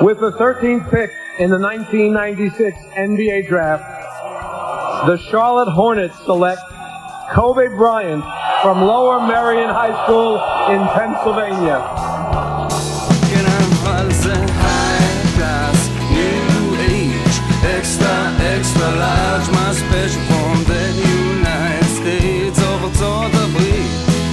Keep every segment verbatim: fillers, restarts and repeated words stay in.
With the thirteenth pick in the nineteen ninety-six N B A draft, the Charlotte Hornets select Kobe Bryant from Lower Merion High School in Pennsylvania. Extra, extra large, my special from the United States of ארצות הברית.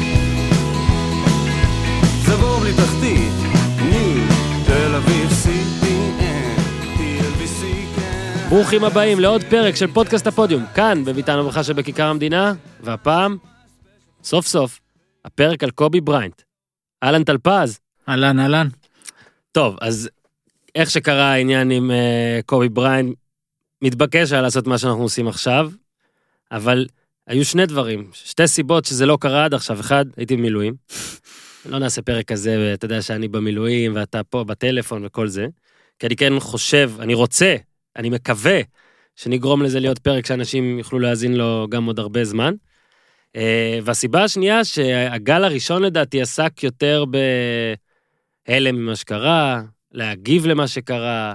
זה בור בלי תחתית, ניו, תל אביב, סי פי אן, טי אל וי סי, כן. ברוכים הבאים לעוד פרק של פודקאסט הפודיום, כאן בביתן הברכה שבכיכר המדינה, והפעם, סוף סוף, הפרק על קובי בריינט. אהלן טלפז. אהלן, אהלן. טוב, אז איך שקרה העניין עם uh, קובי בריינט, מתבקש היה לעשות מה שאנחנו עושים עכשיו, אבל היו שני דברים, שתי סיבות שזה לא קרה עד עכשיו. אחד, הייתי במילואים, לא נעשה פרק כזה, אתה יודע שאני במילואים, ואתה פה בטלפון וכל זה, כי אני כן חושב, אני רוצה, אני מקווה, שנגרום לזה להיות פרק שאנשים יוכלו להאזין לו גם עוד הרבה זמן, והסיבה השנייה, שהגל הראשון לדעתי עסק יותר בהלם ממה שקרה, להגיב למה שקרה,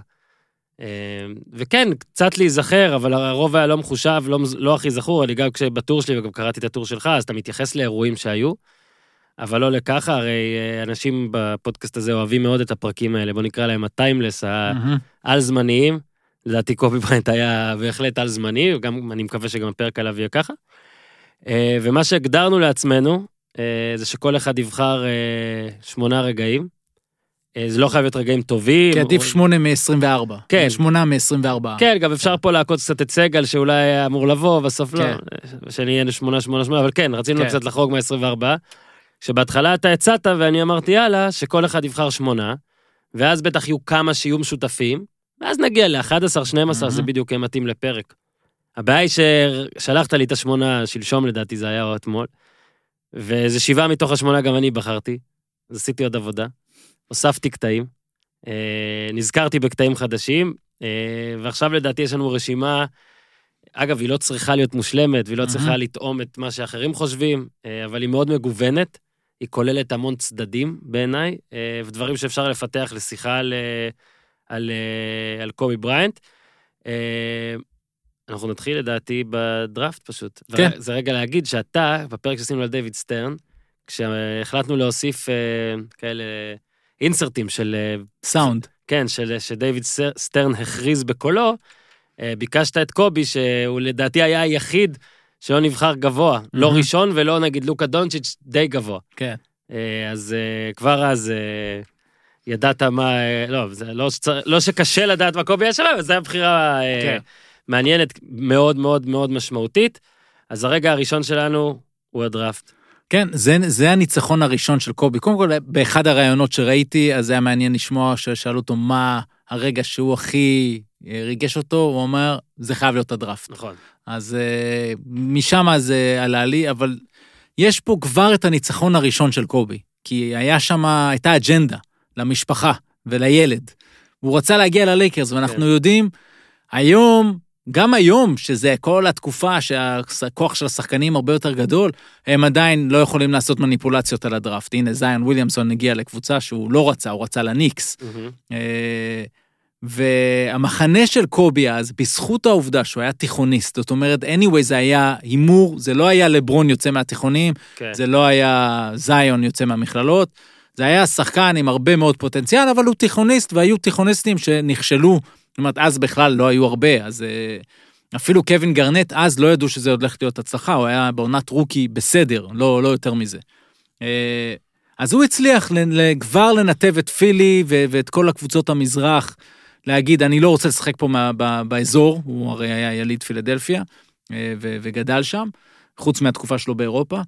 וכן, קצת להיזכר, אבל הרוב היה לא מחושב, לא, לא הכי זכור, אני גם כשבטור שלי, וגם קראתי את הטור שלך, אז אתה מתייחס לאירועים שהיו, אבל לא לככה, הרי אנשים בפודקאסט הזה אוהבים מאוד את הפרקים האלה, בוא נקרא להם הטיימלס, העל זמניים, לדעתי קובי בריינט היה בהחלט על זמני, וגם, אני מקווה שגם הפרק עליו יהיה ככה, ומה שהגדרנו לעצמנו, זה שכל אחד יבחר שמונה רגעים, זה לא חייב להיות רגעים טובים. כי עדיף שמונה מ-עשרים וארבע. כן. שמונה מ-עשרים וארבע. כן, גם אפשר פה לעקוד קצת את סגל, שאולי היה אמור לבוא, בסוף לא. שנהיה שמונה, שמונה, שמונה, אבל כן, רצינו קצת לחרוג מה-עשרים וארבע, שבהתחלה אתה הצעת, ואני אמרתי, יאללה, שכל אחד יבחר שמונה, ואז בטח יהיו כמה שיהיו משותפים, ואז נגיע ל-אחד עשר, שתים עשרה, זה בדיוק מתאים לפרק. הבעיה היא ששלחת לי את השמונה, שלשום לדעתי, זה היה או אתמול, וזה שבעה מתוך השמונה גם אני בחרתי, אז עשיתי עוד עבודה. הוספתי קטעים, נזכרתי בקטעים חדשים, ועכשיו לדעתי יש לנו רשימה, אגב, היא לא צריכה להיות מושלמת, והיא לא צריכה לטעום את מה שאחרים חושבים, אבל היא מאוד מגוונת, היא כוללת המון צדדים בעיניי, ודברים שאפשר לפתח לשיחה על, על, על קובי בריינט. אנחנו נתחיל לדעתי בדראפט פשוט. כן. זה רגע להגיד שאתה, בפרק שעשינו על דיוויד סטרן, כשהחלטנו להוסיף כאלה, אינסרטים של סאונד. כן, של, שדייוויד סטרן הכריז בקולו, ביקשת את קובי, שהוא לדעתי היה היחיד שלא נבחר גבוה, mm-hmm. לא ראשון ולא נגיד לוקה דונצ'יץ' די גבוה. כן. אז כבר אז ידעת מה, לא, זה לא, שצר, לא שקשה לדעת מה קובי היה שלו, אבל זו הבחירה כן. מעניינת, מאוד מאוד מאוד משמעותית. אז הרגע הראשון שלנו הוא הדראפט. כן, זה, זה הניצחון הראשון של קובי. קודם כל, באחד הראיונות שראיתי, אז זה היה מעניין לשמוע ששאלו אותו מה הרגע שהוא הכי ריגש אותו, הוא אומר, זה חייב להיות הדראפט. נכון. אז משם זה עלה לי, אבל יש פה כבר את הניצחון הראשון של קובי, כי היה שם, הייתה אג'נדה למשפחה ולילד. הוא רצה להגיע ללייקרס, ואנחנו כן. יודעים, היום, גם היום, שזה כל התקופה שהכוח של השחקנים הרבה יותר גדול, הם עדיין לא יכולים לעשות מניפולציות על הדראפט. הנה, זיון וויליאמסון הגיע לקבוצה שהוא לא רצה, הוא רצה לניקס. Mm-hmm. והמחנה של קובי אז, בזכות העובדה שהוא היה תיכוניסט, זאת אומרת, anyway, זה היה הימור, זה לא היה לברון יוצא מהתיכונים, okay. זה לא היה זיון יוצא מהמכללות, זה היה שחקן עם הרבה מאוד פוטנציאל, אבל הוא תיכוניסט, והיו תיכוניסטים שנכשלו, זאת אומרת, אז בכלל לא היו הרבה, אז אפילו קווין גרנט, אז לא ידעו שזה הולך להיות הצלחה, הוא היה בעונת רוקי בסדר, לא, לא יותר מזה. אז הוא הצליח כבר לנתב את פילי ואת כל הקבוצות המזרח, להגיד, אני לא רוצה לשחק פה באזור, הוא הרי היה יליד פילדלפיה, וגדל שם, חוץ מהתקופה שלו באירופה,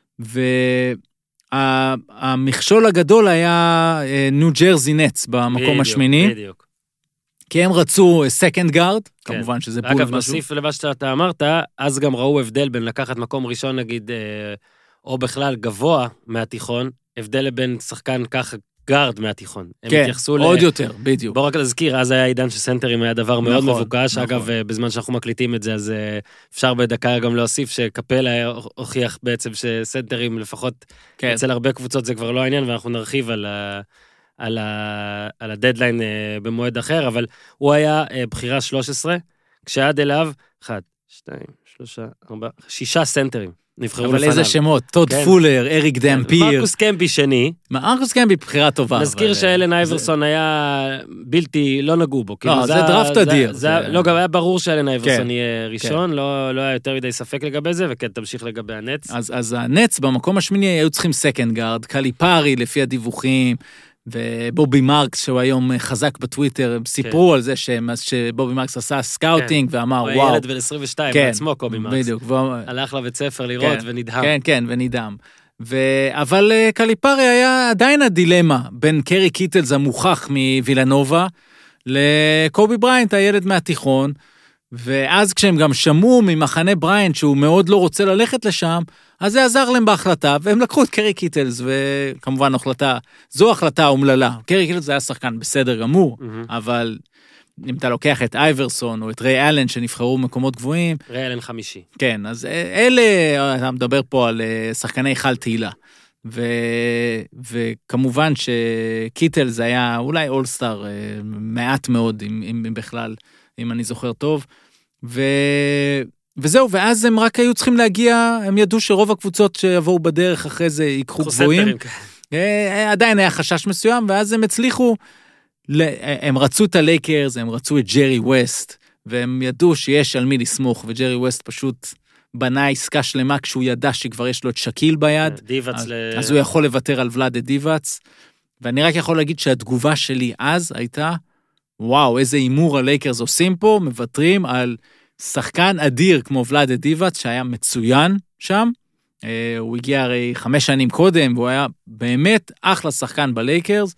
והמכשול הגדול היה ניו ג'רזי נטס במקום השמיני, בדיוק. כי הם רצו סקנד גארד, כן. כמובן שזה בול משהו. אגב, נוסיף למה שאתה אמרת, אז גם ראו הבדל בין לקחת מקום ראשון, נגיד, או בכלל גבוה מהתיכון, הבדל לבין שחקן ככה גארד מהתיכון. כן, עוד ל... יותר, בדיוק. בוא רק להזכיר, אז היה עידן שסנטרים היה דבר מאוד נכון, מבוקש, נכון. אגב, בזמן שאנחנו מקליטים את זה, אז אפשר בדקה גם להוסיף שקפלה הוכיח בעצם שסנטרים לפחות, כן. אצל הרבה קבוצות זה כבר לא העניין, ואנחנו נרחיב על, ה... על, ה, על הדדליין במועד אחר, אבל הוא היה בחירה שלוש עשרה, כשעד אליו, אחד, שתיים, שלושה, ארבע, שישה סנטרים נבחרו לפניו. אבל איזה שמות, טוד כן. פולר, אריק דאמפיר. מרקוס קמבי שני. מרקוס קמבי בחירה טובה. נזכיר אבל... שאלן אייברסון זה... היה בלתי, לא נגעו בו. לא, זה, זה דראפט אדיר. זה... זה... לא, גם היה ברור שאלן אייברסון כן. יהיה ראשון, כן. לא, לא היה יותר מדי ספק לגבי זה, וכן, תמשיך לגבי הנץ. אז, אז הנץ במקום השמיני היו צריכים סקנד גארד, קליפרי לפי הדיווחים, ובובי מרקס, שהוא היום חזק בטוויטר, סיפרו כן. על זה שבובי מרקס עשה סקאוטינג, כן. ואמר, הוא וואו. הוא ילד בן עשרים ושתיים, כן. בעצמו קובי מרקס. בדיוק. והוא... הלך לבית ספר לראות כן. ונדהם. כן, כן, ונדהם. ו... אבל קליפרי היה עדיין הדילמה בין קרי קיטלס המוכח מווילנובה, לקובי בריינט, הילד מהתיכון, ואז כשהם גם שמעו ממחנה בריינט שהוא מאוד לא רוצה ללכת לשם, אז זה עזר להם בהחלטה, והם לקחו את קרי קיטלס, וכמובן החלטה, זו החלטה אומללה. קרי קיטלס היה שחקן בסדר גמור, mm-hmm. אבל אם אתה לוקח את אייברסון או את ריי אלן שנבחרו במקומות גבוהים... ריי אלן חמישי. כן, אז אלה, אתה מדבר פה על שחקני חל תהילה. ו... וכמובן שקיטלס היה אולי אולסטאר מעט מאוד, אם, אם בכלל, אם אני זוכר טוב. ו... וזהו, ואז הם רק היו צריכים להגיע, הם ידעו שרוב הקבוצות שיבואו בדרך אחרי זה ייקחו גבוהים. עדיין היה חשש מסוים, ואז הם הצליחו, הם רצו את הלייקרס, הם רצו את ג'רי ווסט, והם ידעו שיש על מי לסמוך, וג'רי ווסט פשוט בנה עסקה שלמה כשהוא ידע שכבר יש לו את שקיל ביד, דיבץ ל... אז הוא יכול לוותר על ולד את דיבץ, ואני רק יכול להגיד שהתגובה שלי אז הייתה, וואו, איזה אימור הלייקרס עושים פה, מוותרים על שחקן אדיר כמו ולד את דיבץ, שהיה מצוין שם, הוא הגיע הרי חמש שנים קודם, והוא היה באמת אחלה שחקן בלייקרס,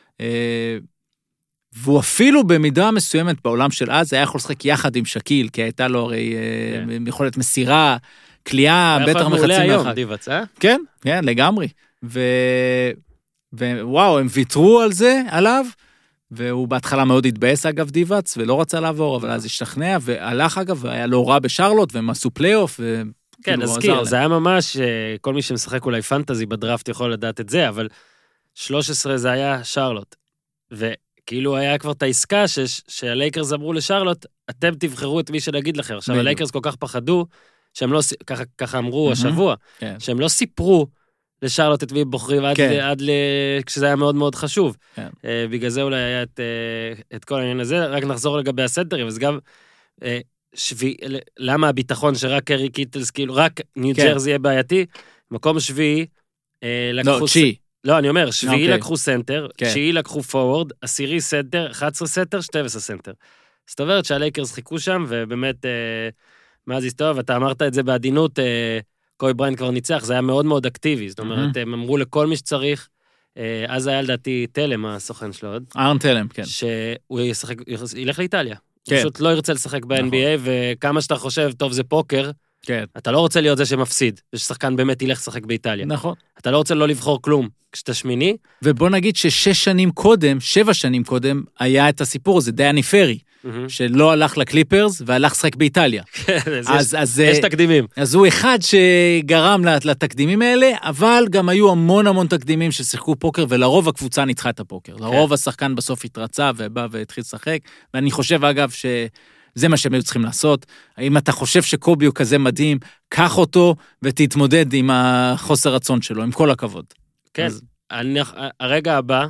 והוא אפילו במידה מסוימת בעולם של אז, היה יכול לשחק יחד עם שקיל, כי הייתה לו הרי כן. יכולת מסירה, קליעה, בטח מחצי מרחק. דיבץ, אה? כן, כן, לגמרי. ו... ווואו, הם ויתרו על זה, עליו, והוא בהתחלה מאוד התבאס אגב דיבץ, ולא רצה לעבור, אבל אז השתכנע, והלך אגב, והיה לו רע בשרלוט, והם עשו פלייאוף, ו... כן, נזכיר, זה היה ממש, כל מי שמשחק אולי פנטזי בדראפט יכול לדעת את זה, אבל שלוש עשרה זה היה שרלוט, וכאילו היה כבר את העסקה שהלייקרס אמרו לשרלוט, אתם תבחרו את מי שנגיד לכם. עכשיו, הלייקרס כל כך פחדו, שהם לא, ככה אמרו השבוע, שהם לא סיפרו לשרלוט את מי בוחרים עד כשזה היה מאוד מאוד חשוב. בגלל זה אולי היה את כל העניין הזה, רק נחזור לגבי הסנטרים, אז גם... שביעי, למה הביטחון שרק קרי קיטלס, כאילו רק ניו ג'רזי יהיה בעייתי, מקום שביעי, לא, תשיעי. לא, אני אומר, שביעי לקחו סנטר, תשיעי לקחו פורוורד, עשירי סנטר, אחד עשר סנטר, שתים עשרה סנטר. זאת אומרת שהלייקרס חיכו שם, ובאמת, מאז היסטוריה, ואתה אמרת את זה בעדינות, קובי בריינט כבר ניצח, זה היה מאוד מאוד אקטיבי, זאת אומרת, הם אמרו לכל מי שצריך, אז היה לדעתי תלם, הסוכן שלו עוד. ארן תלם, כן. שהוא ילך לאיטליה. הוא פשוט לא ירצה לשחק ב-אן בי איי, וכמה שאתה חושב, טוב, זה פוקר, אתה לא רוצה להיות זה שמפסיד, וששחקן באמת ילך לשחק באיטליה. נכון. אתה לא רוצה לא לבחור כלום כשאתה שמיני. ובוא נגיד ששש שנים קודם, שבע שנים קודם, היה את הסיפור הזה, דייני פרי, שלא הלך לקליפרס, והלך לשחק באיטליה. יש תקדימים. אז הוא אחד שגרם לתקדימים האלה, אבל גם היו המון המון תקדימים ששיחקו פוקר, ולרוב הקבוצה ניצחה את הפוקר. לרוב השחקן בסוף התרצה, ובא והתחיל לשחק, ואני חושב אגב שזה מה שהם היו צריכים לעשות. אם אתה חושב שקובי הוא כזה מדהים, קח אותו ותתמודד עם החוסר רצון שלו, עם כל הכבוד. כן, הרגע הבא,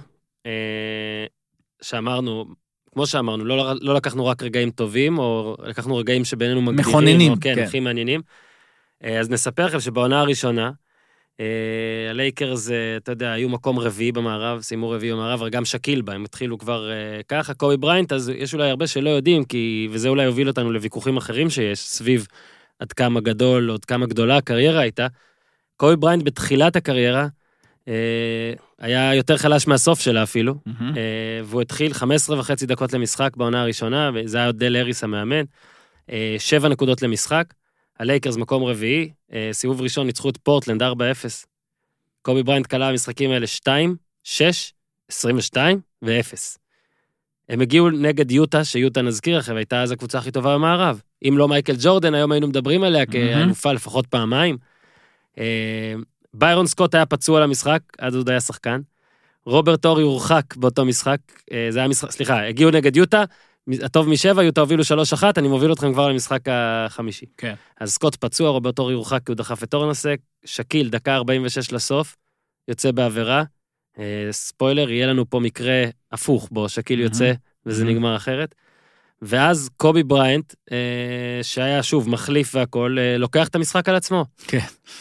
שאמרנו, כמו שאמרנו, לא, לא לקחנו רק רגעים טובים, או לקחנו רגעים שבינינו מגדירים. מכוננים. או, כן, כן, הכי מעניינים. אז נספר לכם שבעונה הראשונה, הלייקרס, אתה יודע, היו מקום רביעי במערב, סיימו רביעי במערב, אבל גם שקיל בה, הם התחילו כבר ככה, קובי בריינט, אז יש אולי הרבה שלא יודעים, כי, וזה אולי הוביל אותנו לוויכוחים אחרים שיש, סביב עד כמה גדול, עד כמה גדולה הקריירה הייתה. קובי בריינט בתחילת הקריירה, היה יותר חלש מהסוף שלה אפילו, והוא התחיל חמש עשרה וחצי דקות למשחק בעונה הראשונה, וזה היה עוד דל אריס המאמן, שבע נקודות למשחק, הלייקרס מקום רביעי, סיבוב ראשון ניצחו את פורטלנד ארבע אפס, קובי בריינט קלה המשחקים האלה שתיים, שש, עשרים ושתיים ו-אפס. הם הגיעו נגד יוטה, שיוטה נזכיר לכם, הייתה אז הקבוצה הכי טובה במערב. אם לא מייקל ג'ורדן, היום היינו מדברים עליה כאלופה לפחות פעמיים. ביירון סקוט היה פצוע למשחק, אז עוד היה שחקן. רוברט אורי הורחק באותו משחק, זה היה משחק, סליחה, הגיעו נגד יוטה, הטוב משבע, יוטה הובילו שלוש אחת, אני מוביל אתכם כבר למשחק החמישי. כן. אז סקוט פצוע, רוברט אורי הורחק, כי הוא דחף את אורנסק, שקיל, דקה ארבעים ושש לסוף, יוצא בעבירה, ספוילר, יהיה לנו פה מקרה הפוך בו, שקיל יוצא, וזה נגמר אחרת. ואז קובי בריינט, שהיה שוב מחליף והכל, לוקח את המשחק על עצמו. כן.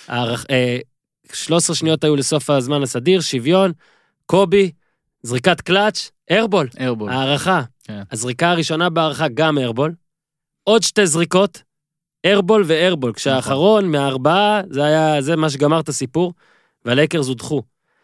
שלוש עשרה שניות היו לסוף הזמן הסדיר, שוויון, קובי, זריקת קלאץ', איירבול. איירבול. הערכה. כן. הזריקה הראשונה בערכה גם איירבול. עוד שתי זריקות, איירבול ואיירבול. כשהאחרון מהארבעה, זה היה, זה מה שגמר את הסיפור, והלייקרס הודחו.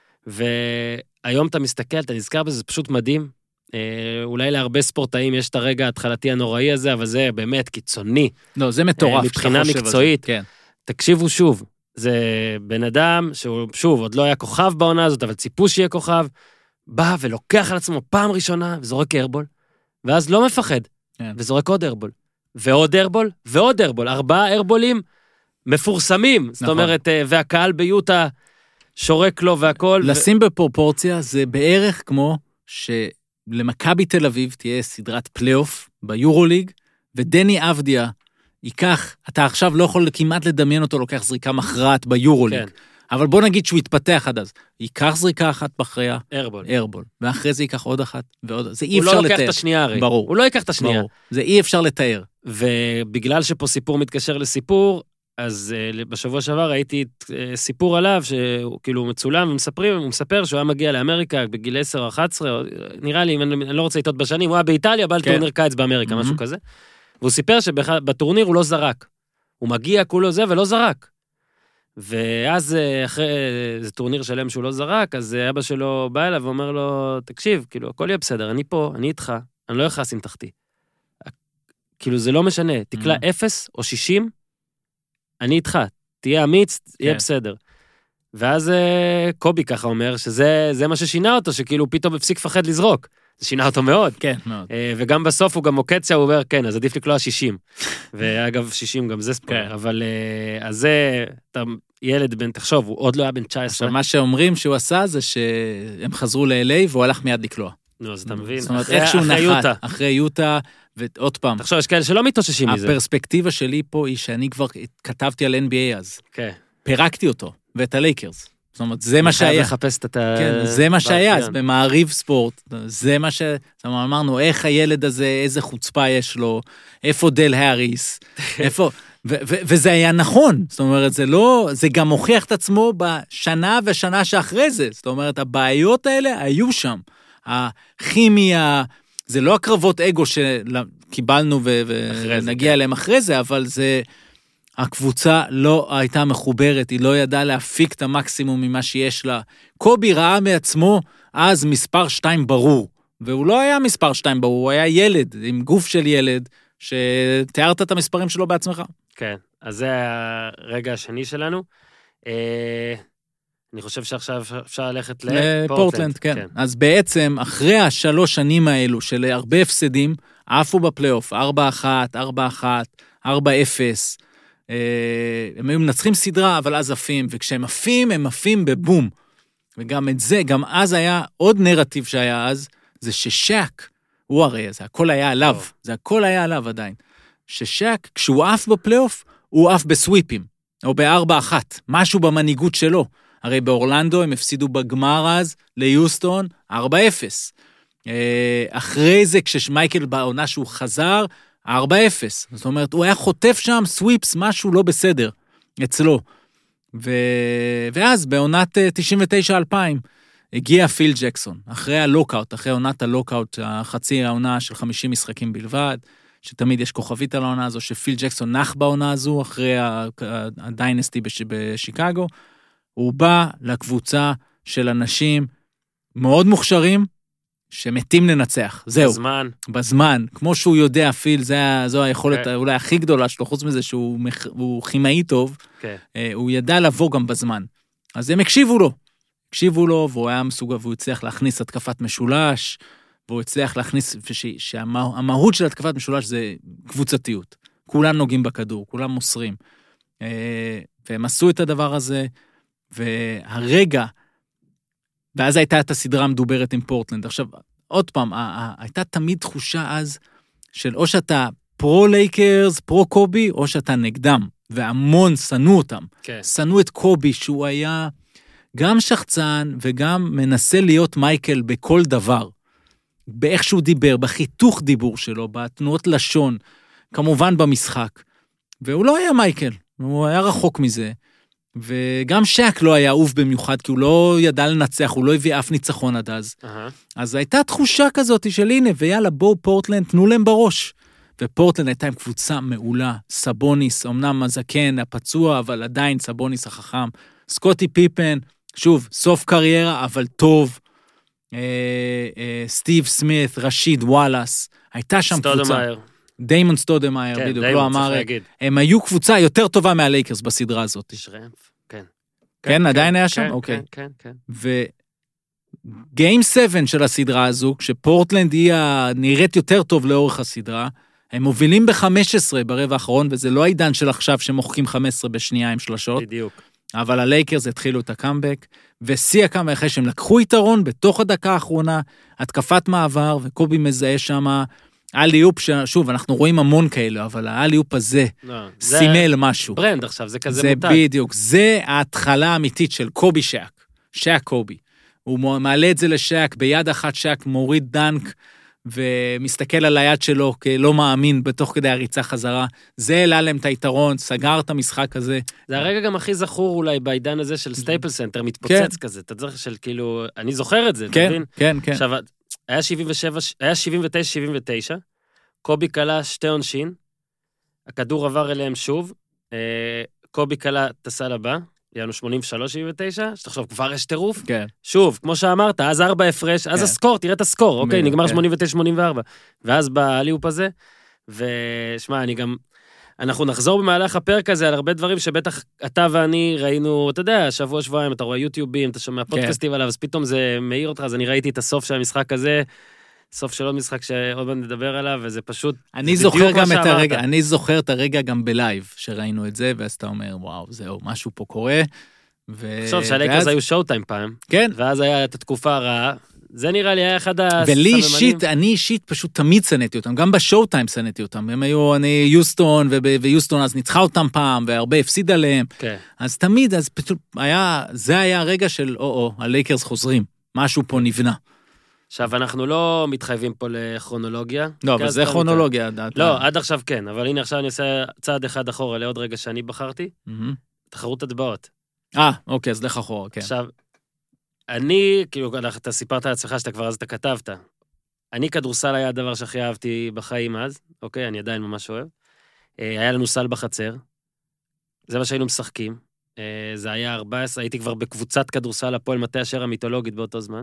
והיום אתה מסתכל, אתה נזכר בזה, זה פשוט מדהים. אולי להרבה ספורטאים יש את הרגע ההתחלתי הנוראי הזה, אבל זה באמת קיצוני. לא, זה מטורף. מבחינה מקצועית. כן. תקשיבו שוב, זה בן אדם שהוא, שוב, עוד לא היה כוכב בעונה הזאת, אבל ציפו שיהיה כוכב, בא ולוקח על עצמו פעם ראשונה, וזורק איירבול, ואז לא מפחד, כן. וזורק עוד איירבול, ועוד איירבול, ועוד איירבול, ארבעה איירבולים מפורסמים, נכון. זאת אומרת, והקהל ביוטה שורק לו והכל. לשים ו... בפרופורציה, זה בערך כמו שלמכבי תל אביב תהיה סדרת פלייאוף ביורוליג, ודני אבדיה ייקח, אתה עכשיו לא יכול כמעט לדמיין אותו, לוקח זריקה מכרעת ביורוליג, כן. אבל בוא נגיד שהוא יתפתח עד אז, ייקח זריקה אחת בחריה, איירבול, איירבול, ואחרי זה ייקח עוד אחת, ועוד, זה אי אפשר לתאר. הוא לא לוקח את השנייה הרי. ברור. הוא לא ייקח את השנייה. ברור. זה אי אפשר לתאר. ובגלל שפה סיפור מתקשר לסיפור, אז uh, בשבוע שעבר ראיתי uh, סיפור עליו, שהוא כאילו מצולם ומספרים, הוא מספר שהוא היה מגיע לאמריקה בגיל עשר או אחת עשרה, נראה לי, אני, אני לא רוצה לטעות בשנים, הוא היה באיטליה, בא לטורניר קיץ באמריקה, משהו כזה. והוא סיפר שבטורניר הוא לא זרק. הוא מגיע כולו זה ולא זרק. ואז אחרי, זה טורניר שלם שהוא לא זרק, אז אבא שלו בא אליו ואומר לו, תקשיב, כאילו, הכל יהיה בסדר, אני פה, אני איתך, אני לא יכעס עם תחתי. כאילו, זה לא משנה, תקלה אפס או שישים, אני איתך, תהיה אמיץ, יהיה בסדר. ואז קובי ככה אומר, שזה מה ששינה אותו, שכאילו פתאום הפסיק לפחד לזרוק. זה שינה אותו מאוד. כן, מאוד. וגם בסוף הוא גם מוקציה, הוא אומר, כן, אז עדיף לקלוע שישים. ואגב, שישים גם זה ספוילר. אבל אז זה, אתה ילד בן, תחשוב, הוא עוד לא היה בן תשע עשרה. עכשיו, מה שאומרים שהוא עשה, זה שהם חזרו ל-אל איי, והוא הלך מיד לקלוע. נו, אז אתה מבין. זאת אומרת, איכשהו נחת, אחרי יוטה, ועוד פעם. תחשוב, יש כאלה שלא מתאוששים מזה. הפרספקטיבה שלי פה היא שאני כבר כתבתי על אן בי איי אז. כן. פירקתי אותו, ואת הלייקרס. זאת אומרת, זה מה שהיה. אני חייב לחפש את ה... כן, זה מה שהיה, אז במעריב ספורט, זה מה ש... אמרנו, איך הילד הזה, איזה חוצפה יש לו, איפה דל האריס, איפה... וזה היה נכון, זאת אומרת, זה לא... זה גם הוכיח את עצמו בשנה ושנה שאחרי זה, זאת אומרת, הבעיות האלה היו שם. הכימיה, זה לא הקרבות אגו שקיבלנו ונגיע אליהם אחרי זה, אבל זה... הקבוצה לא הייתה מחוברת, היא לא ידעה להפיק את המקסימום ממה שיש לה. קובי ראה מעצמו אז מספר שתיים ברור, והוא לא היה מספר שתיים ברור, הוא היה ילד, עם גוף של ילד, שתיארת את המספרים שלו בעצמך. כן, אז זה הרגע השני שלנו. אני חושב שעכשיו אפשר ללכת לפורטלנד, כן. כן. אז בעצם, אחרי השלוש שנים האלו, של הרבה הפסדים, עפו בפלייאוף, ארבע אחת, ארבע אחת, ארבע אפס, הם היו מנצחים סדרה, אבל אז עפים, וכשהם עפים, הם עפים בבום. וגם את זה, גם אז היה עוד נרטיב שהיה אז, זה ששק, הוא הרי, זה הכל היה עליו, זה הכל היה עליו עדיין. ששק, כשהוא עף בפלייאוף, הוא עף בסוויפים, או בארבע אחת, משהו במנהיגות שלו. הרי באורלנדו הם הפסידו בגמר אז, ליוסטון, ארבע אפס. אחרי זה, כשמייקל בעונה שהוא חזר, ארבע אפס. זאת אומרת, הוא היה חוטף שם סוויפס, משהו לא בסדר, אצלו. ו... ואז, בעונת תשעים ותשע אלפיים, הגיע פיל ג'קסון, אחרי הלוקאוט, אחרי עונת הלוקאוט, החצי העונה של חמישים משחקים בלבד, שתמיד יש כוכבית על העונה הזו, שפיל ג'קסון נח בעונה הזו, אחרי הדיינסטי בש... בשיקגו, הוא בא לקבוצה של אנשים מאוד מוכשרים, שמתים לנצח, זהו. בזמן. בזמן, כמו שהוא יודע, פיל, זו היכולת okay. אולי הכי גדולה שלו, חוץ מזה שהוא הוא כימאי טוב, okay. הוא ידע לבוא גם בזמן. אז הם הקשיבו לו, הקשיבו לו, והוא היה מסוגל, והוא הצליח להכניס התקפת משולש, והוא הצליח להכניס, שהמהות של התקפת משולש זה קבוצתיות. כולם נוגעים בכדור, כולם מוסרים. והם עשו את הדבר הזה, והרגע, ואז הייתה את הסדרה המדוברת עם פורטלנד. עכשיו, עוד פעם, הייתה תמיד תחושה אז של או שאתה פרו לייקרס, פרו קובי, או שאתה נגדם, והמון שנאו אותם. כן. שנאו את קובי, שהוא היה גם שחצן, וגם מנסה להיות מייקל בכל דבר. באיך שהוא דיבר, בחיתוך דיבור שלו, בתנועות לשון, כמובן במשחק. והוא לא היה מייקל, הוא היה רחוק מזה. וגם שק לא היה אהוב במיוחד, כי הוא לא ידע לנצח, הוא לא הביא אף ניצחון עד אז. Uh-huh. אז הייתה תחושה כזאת של הנה, ויאללה, בואו פורטלנד, תנו להם בראש. ופורטלנד הייתה עם קבוצה מעולה, סבוניס, אמנם הזקן, הפצוע, אבל עדיין סבוניס החכם, סקוטי פיפן, שוב, סוף קריירה, אבל טוב, אה, אה, סטיב סמית, רשיד וואלאס, הייתה שם קבוצה. סטודמאייר. דיימון סטודמאייר, כן, בדיוק, דיימון, לא אמר, להגיד. הם היו קבוצה יותר טובה מהלייקרס בסדרה הזאת. שרמפ, כן. כן, עדיין היה כן, שם? אוקיי. כן, כן, כן. וגיים שבע של הסדרה הזו, כשפורטלנד היא נראית יותר טוב לאורך הסדרה, הם מובילים ב-חמש עשרה ברבע האחרון, וזה לא העידן של עכשיו שמוחקים חמש עשרה בשנייה עם שלשות. בדיוק. אבל הלייקרס התחילו את הקאמבק, ושיא הקאמבק אחרי שהם לקחו יתרון בתוך הדקה האחרונה, התקפת מעבר, וקובי מזהה שם, האלי-אופ, שוב, אנחנו רואים המון כאלו, אבל האלי-אופ הזה לא, סימל משהו. ברנד עכשיו, זה כזה זה מותג. בדיוק, זה ההתחלה האמיתית של קובי שק, שק קובי. הוא מעלה את זה לשק, ביד אחת שק מוריד דנק, ומסתכל על היד שלו כלא מאמין בתוך כדי הריצה חזרה. זה העלה להם את היתרון, סגר את המשחק הזה. זה הרגע גם הכי זכור אולי בעידן הזה של סטייפל סנטר, מתפוצץ כן. כזה, אתה זוכר של כאילו, אני זוכר את זה, כן, אתה מבין? כן, כן. עכשיו, היה שבעים ושבע, היה שבעים ותשע שבעים ותשע, קובי קלה שתי עונשין, הכדור עבר אליהם שוב, קובי קלה טסל הבא, יענו שמונים ושלוש שבעים ותשע, שתחשוב, כבר יש טירוף. כן. שוב, כמו שאמרת, אז ארבע הפרש, אז כן. הסקור, תראה את הסקור, אוקיי, נגמר כן. שמונים ותשע שמונים וארבע. ואז באליופ הזה, ושמע, אני גם, אנחנו נחזור במהלך הפרק הזה על הרבה דברים שבטח אתה ואני ראינו, אתה יודע, שבוע, שבועיים, אתה רואה יוטיובים, אתה שומע פודקאסטים עליו, אז פתאום זה מאיר אותך, אז אני ראיתי את הסוף של המשחק הזה, סוף של עוד משחק שעוד מעט נדבר עליו, וזה פשוט... אני זוכר גם את הרגע, אני זוכר את הרגע גם בלייב, שראינו את זה, ואז אתה אומר, וואו, זהו, משהו פה קורה. חשוב שהלייקרס היו שואו טיים פעם. כן. ואז היה את התקופה הרעה. זה נראה לי היה אחד הסממנים. ולי אישית, אני אישית פשוט תמיד שנאתי אותם, גם בשואו טיים שנאתי אותם. הם היו, אני יוסטון, ויוסטון אז ניצחה אותם פעם, והרבה הפסיד עליהם. כן. אז תמיד, אז פשוט היה, זה היה הרגע של, או-או, הלייקרס חוזרים. משהו פה נבנה. עכשיו, אנחנו לא מתחייבים פה לכרונולוגיה. לא, אבל זה כרונולוגיה. לא, עד עכשיו כן, אבל הנה עכשיו אני עושה צעד אחד אחורה לעוד רגע שאני בחרתי. תחרות הטבעות. אה, אוקיי, אז לך אחורה, כן. עכשיו, אני, כאילו, אתה סיפרת על עצמך שאתה כבר אז אתה כתבת. אני כדורסל היה הדבר שהכי אהבתי בחיים אז, אוקיי, אני עדיין ממש אוהב. היה לנו סל בחצר. זה מה שהיינו משחקים. זה היה ארבע עשרה, הייתי כבר בקבוצת כדורסל הפועל מטה אשר המיתולוגית באותו זמן.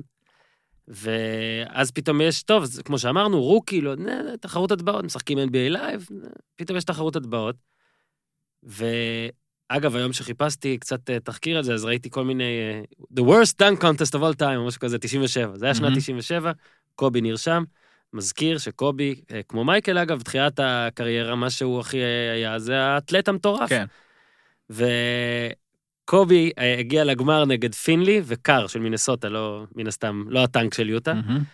ואז פתאום יש, טוב, כמו שאמרנו, רוקי, לא, נה, תחרות הטבעות, משחקים אן בי איי לייב, פתאום יש תחרות הטבעות. ואגב, היום שחיפשתי קצת תחקיר על זה, אז ראיתי כל מיני, the worst dunk contest of all time, או משהו כזה, תשעים ושבע. זה היה שנת תשעים ושבע, קובי נרשם, מזכיר שקובי, כמו מייקל אגב, בתחילת הקריירה, מה שהוא הכי היה, זה האתלט המטורף. כן. וקובי הגיע לגמר נגד פינלי וקר של מינסוטה, לא, מן הסתם, לא הטנק של יוטה.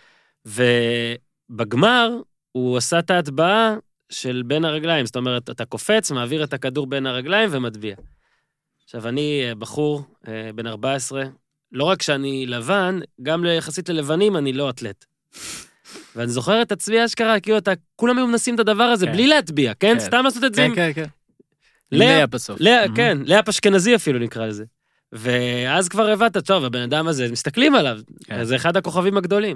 ובגמר הוא עשה את ההטבעה של בין הרגליים, זאת אומרת, אתה קופץ, מעביר את הכדור בין הרגליים ומטביע. עכשיו, אני בחור בן ארבע עשרה, לא רק שאני לבן, גם יחסית ללבנים אני לא אתלט. ואני זוכר את עצמי אשכרה, כאילו אתה, כולם היו מנסים את הדבר הזה בלי להטביע, כן? סתם לעשות את זה. כן, כן, כן. לאה בסוף. כן, לאה פשכנזי אפילו נקרא לזה. ואז כבר הבאת, טוב, הבן אדם הזה, מסתכלים עליו, זה אחד הכוכבים הגדולים.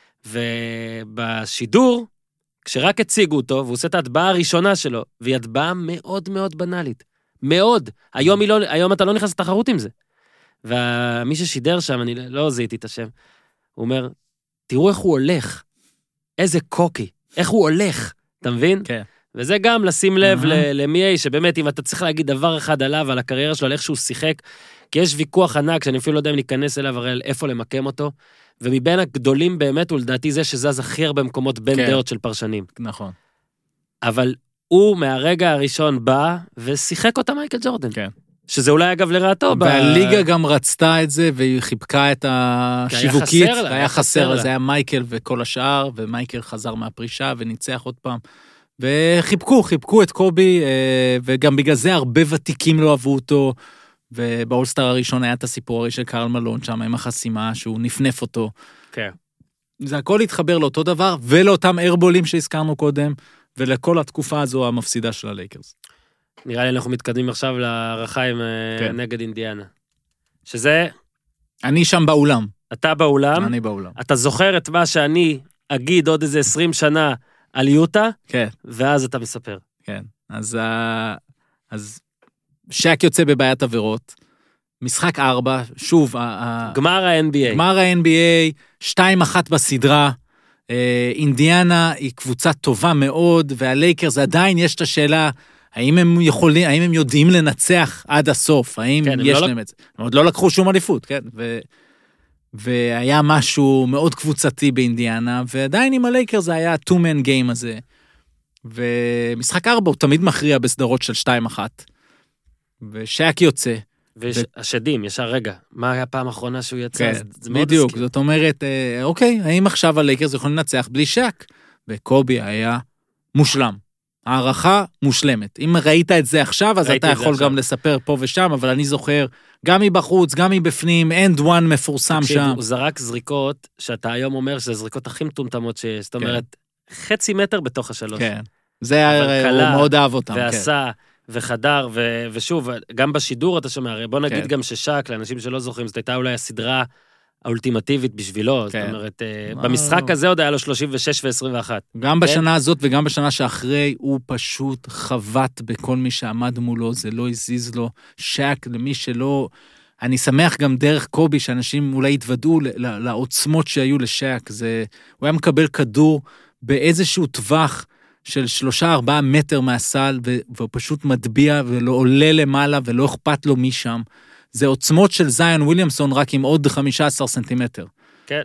ובשידור, כשרק הציגו אותו, והוא עושה את ההטבעה הראשונה שלו, והיא הטבעה מאוד מאוד בנאלית. מאוד. היום, לא, היום אתה לא נכנס לתחרות עם זה. ומי ששידר שם, אני לא זיהיתי את השם, הוא אומר, תראו איך הוא הולך. איזה קוקי. איך הוא הולך. אתה מבין? כן. וזה גם לשים לב למי שבאמת, אם אתה צריך להגיד דבר אחד עליו, על הקריירה שלו, על איך שהוא שיחק, כי יש ויכוח ענק, שאני אפילו לא יודע אם להיכנס אליו, הרי איפה למקם אותו, ומבין הגדולים באמת, הוא לדעתי זה שזז הכי הרבה מקומות בין דעות של פרשנים. נכון. אבל הוא מהרגע הראשון בא, ושיחק אותה מייקל ג'ורדן. כן. שזה אולי אגב לרעתו. והליגה גם רצתה את זה, והיא חיבקה את השיווקית, היה חסר, זה היה מייקל וכל השאר, ומייקל חזר מהפרישה וניצח עוד פעם, וחיבקו, חיבקו את קובי, וגם בגלל זה הרבה ותיקים לא אהבו אותו, ובאולסטאר הראשון היה את הסיפור הרי של קרל מלון שם, עם החסימה, שהוא נפנף אותו. כן. זה הכל התחבר לאותו דבר, ולאותם ארבולים שהזכרנו קודם, ולכל התקופה הזו המפסידה של הלייקרס. נראה לי אנחנו מתקדמים עכשיו להערכה עם כן. נגד אינדיאנה. שזה... אני שם באולם. אתה באולם. אני באולם. אתה זוכר את מה שאני אגיד עוד איזה עשרים שנה על יוטה, כן. ואז אתה מספר. כן. אז, אז שק יוצא בבעיית עבירות, משחק ארבע, שוב, גמר ה-אן בי איי. גמר ה-אן בי איי, שתיים אחת בסדרה, אינדיאנה היא קבוצה טובה מאוד, והלייקרס עדיין יש את השאלה, האם הם יכולים, האם הם יודעים לנצח עד הסוף, האם כן, יש לא להם את זה. הם עוד לא לקחו שום אליפות, כן, ו... והיה משהו מאוד קבוצתי באינדיאנה, ועדיין עם הלייקרס זה היה two-man game הזה, ומשחק ארבע הוא תמיד מכריע בסדרות של שתיים אחת, ושק יוצא. והשדים, ישר רגע, מה היה הפעם האחרונה שהוא יצא? כן, בדיוק, זאת אומרת, אוקיי, האם עכשיו הלייקרס יכולים לנצח בלי שק? וקובי היה מושלם. הערכה מושלמת. אם ראית את זה עכשיו, אז אתה יכול גם לספר פה ושם, אבל אני זוכר, גם מבחוץ, גם מבפנים, end one מפורסם שם. הוא זרק זריקות, שאתה היום אומר שזה זריקות הכי מטומטמות שיש, זאת אומרת, חצי מטר בתוך השלוש. כן, זה הוא מאוד אהב אותם. ועשה, וחדר, ושוב, גם בשידור אתה שומע, בוא נגיד גם ששק, לאנשים שלא זוכרים, זאת הייתה אולי הסדרה האולטימטיבית בשבילו, זאת אומרת, במשחק הזה עוד היה לו שלושים ושש ו-עשרים ואחת. גם בשנה הזאת וגם בשנה שאחרי, הוא פשוט חבט בכל מי שעמד מולו, זה לא הזיז לו, שק למי שלא, אני שמח גם דרך קובי, שאנשים אולי התוודעו לעוצמות שהיו לשק, זה, הוא היה מקבל כדור באיזשהו טווח, של שלושה ארבעה מטר מהסל, והוא פשוט מטביע ולא עולה למעלה, ולא אכפת לו משם, זה עוצמות של זיון וויליאמסון, רק עם עוד חמישה עשר סנטימטר. כן.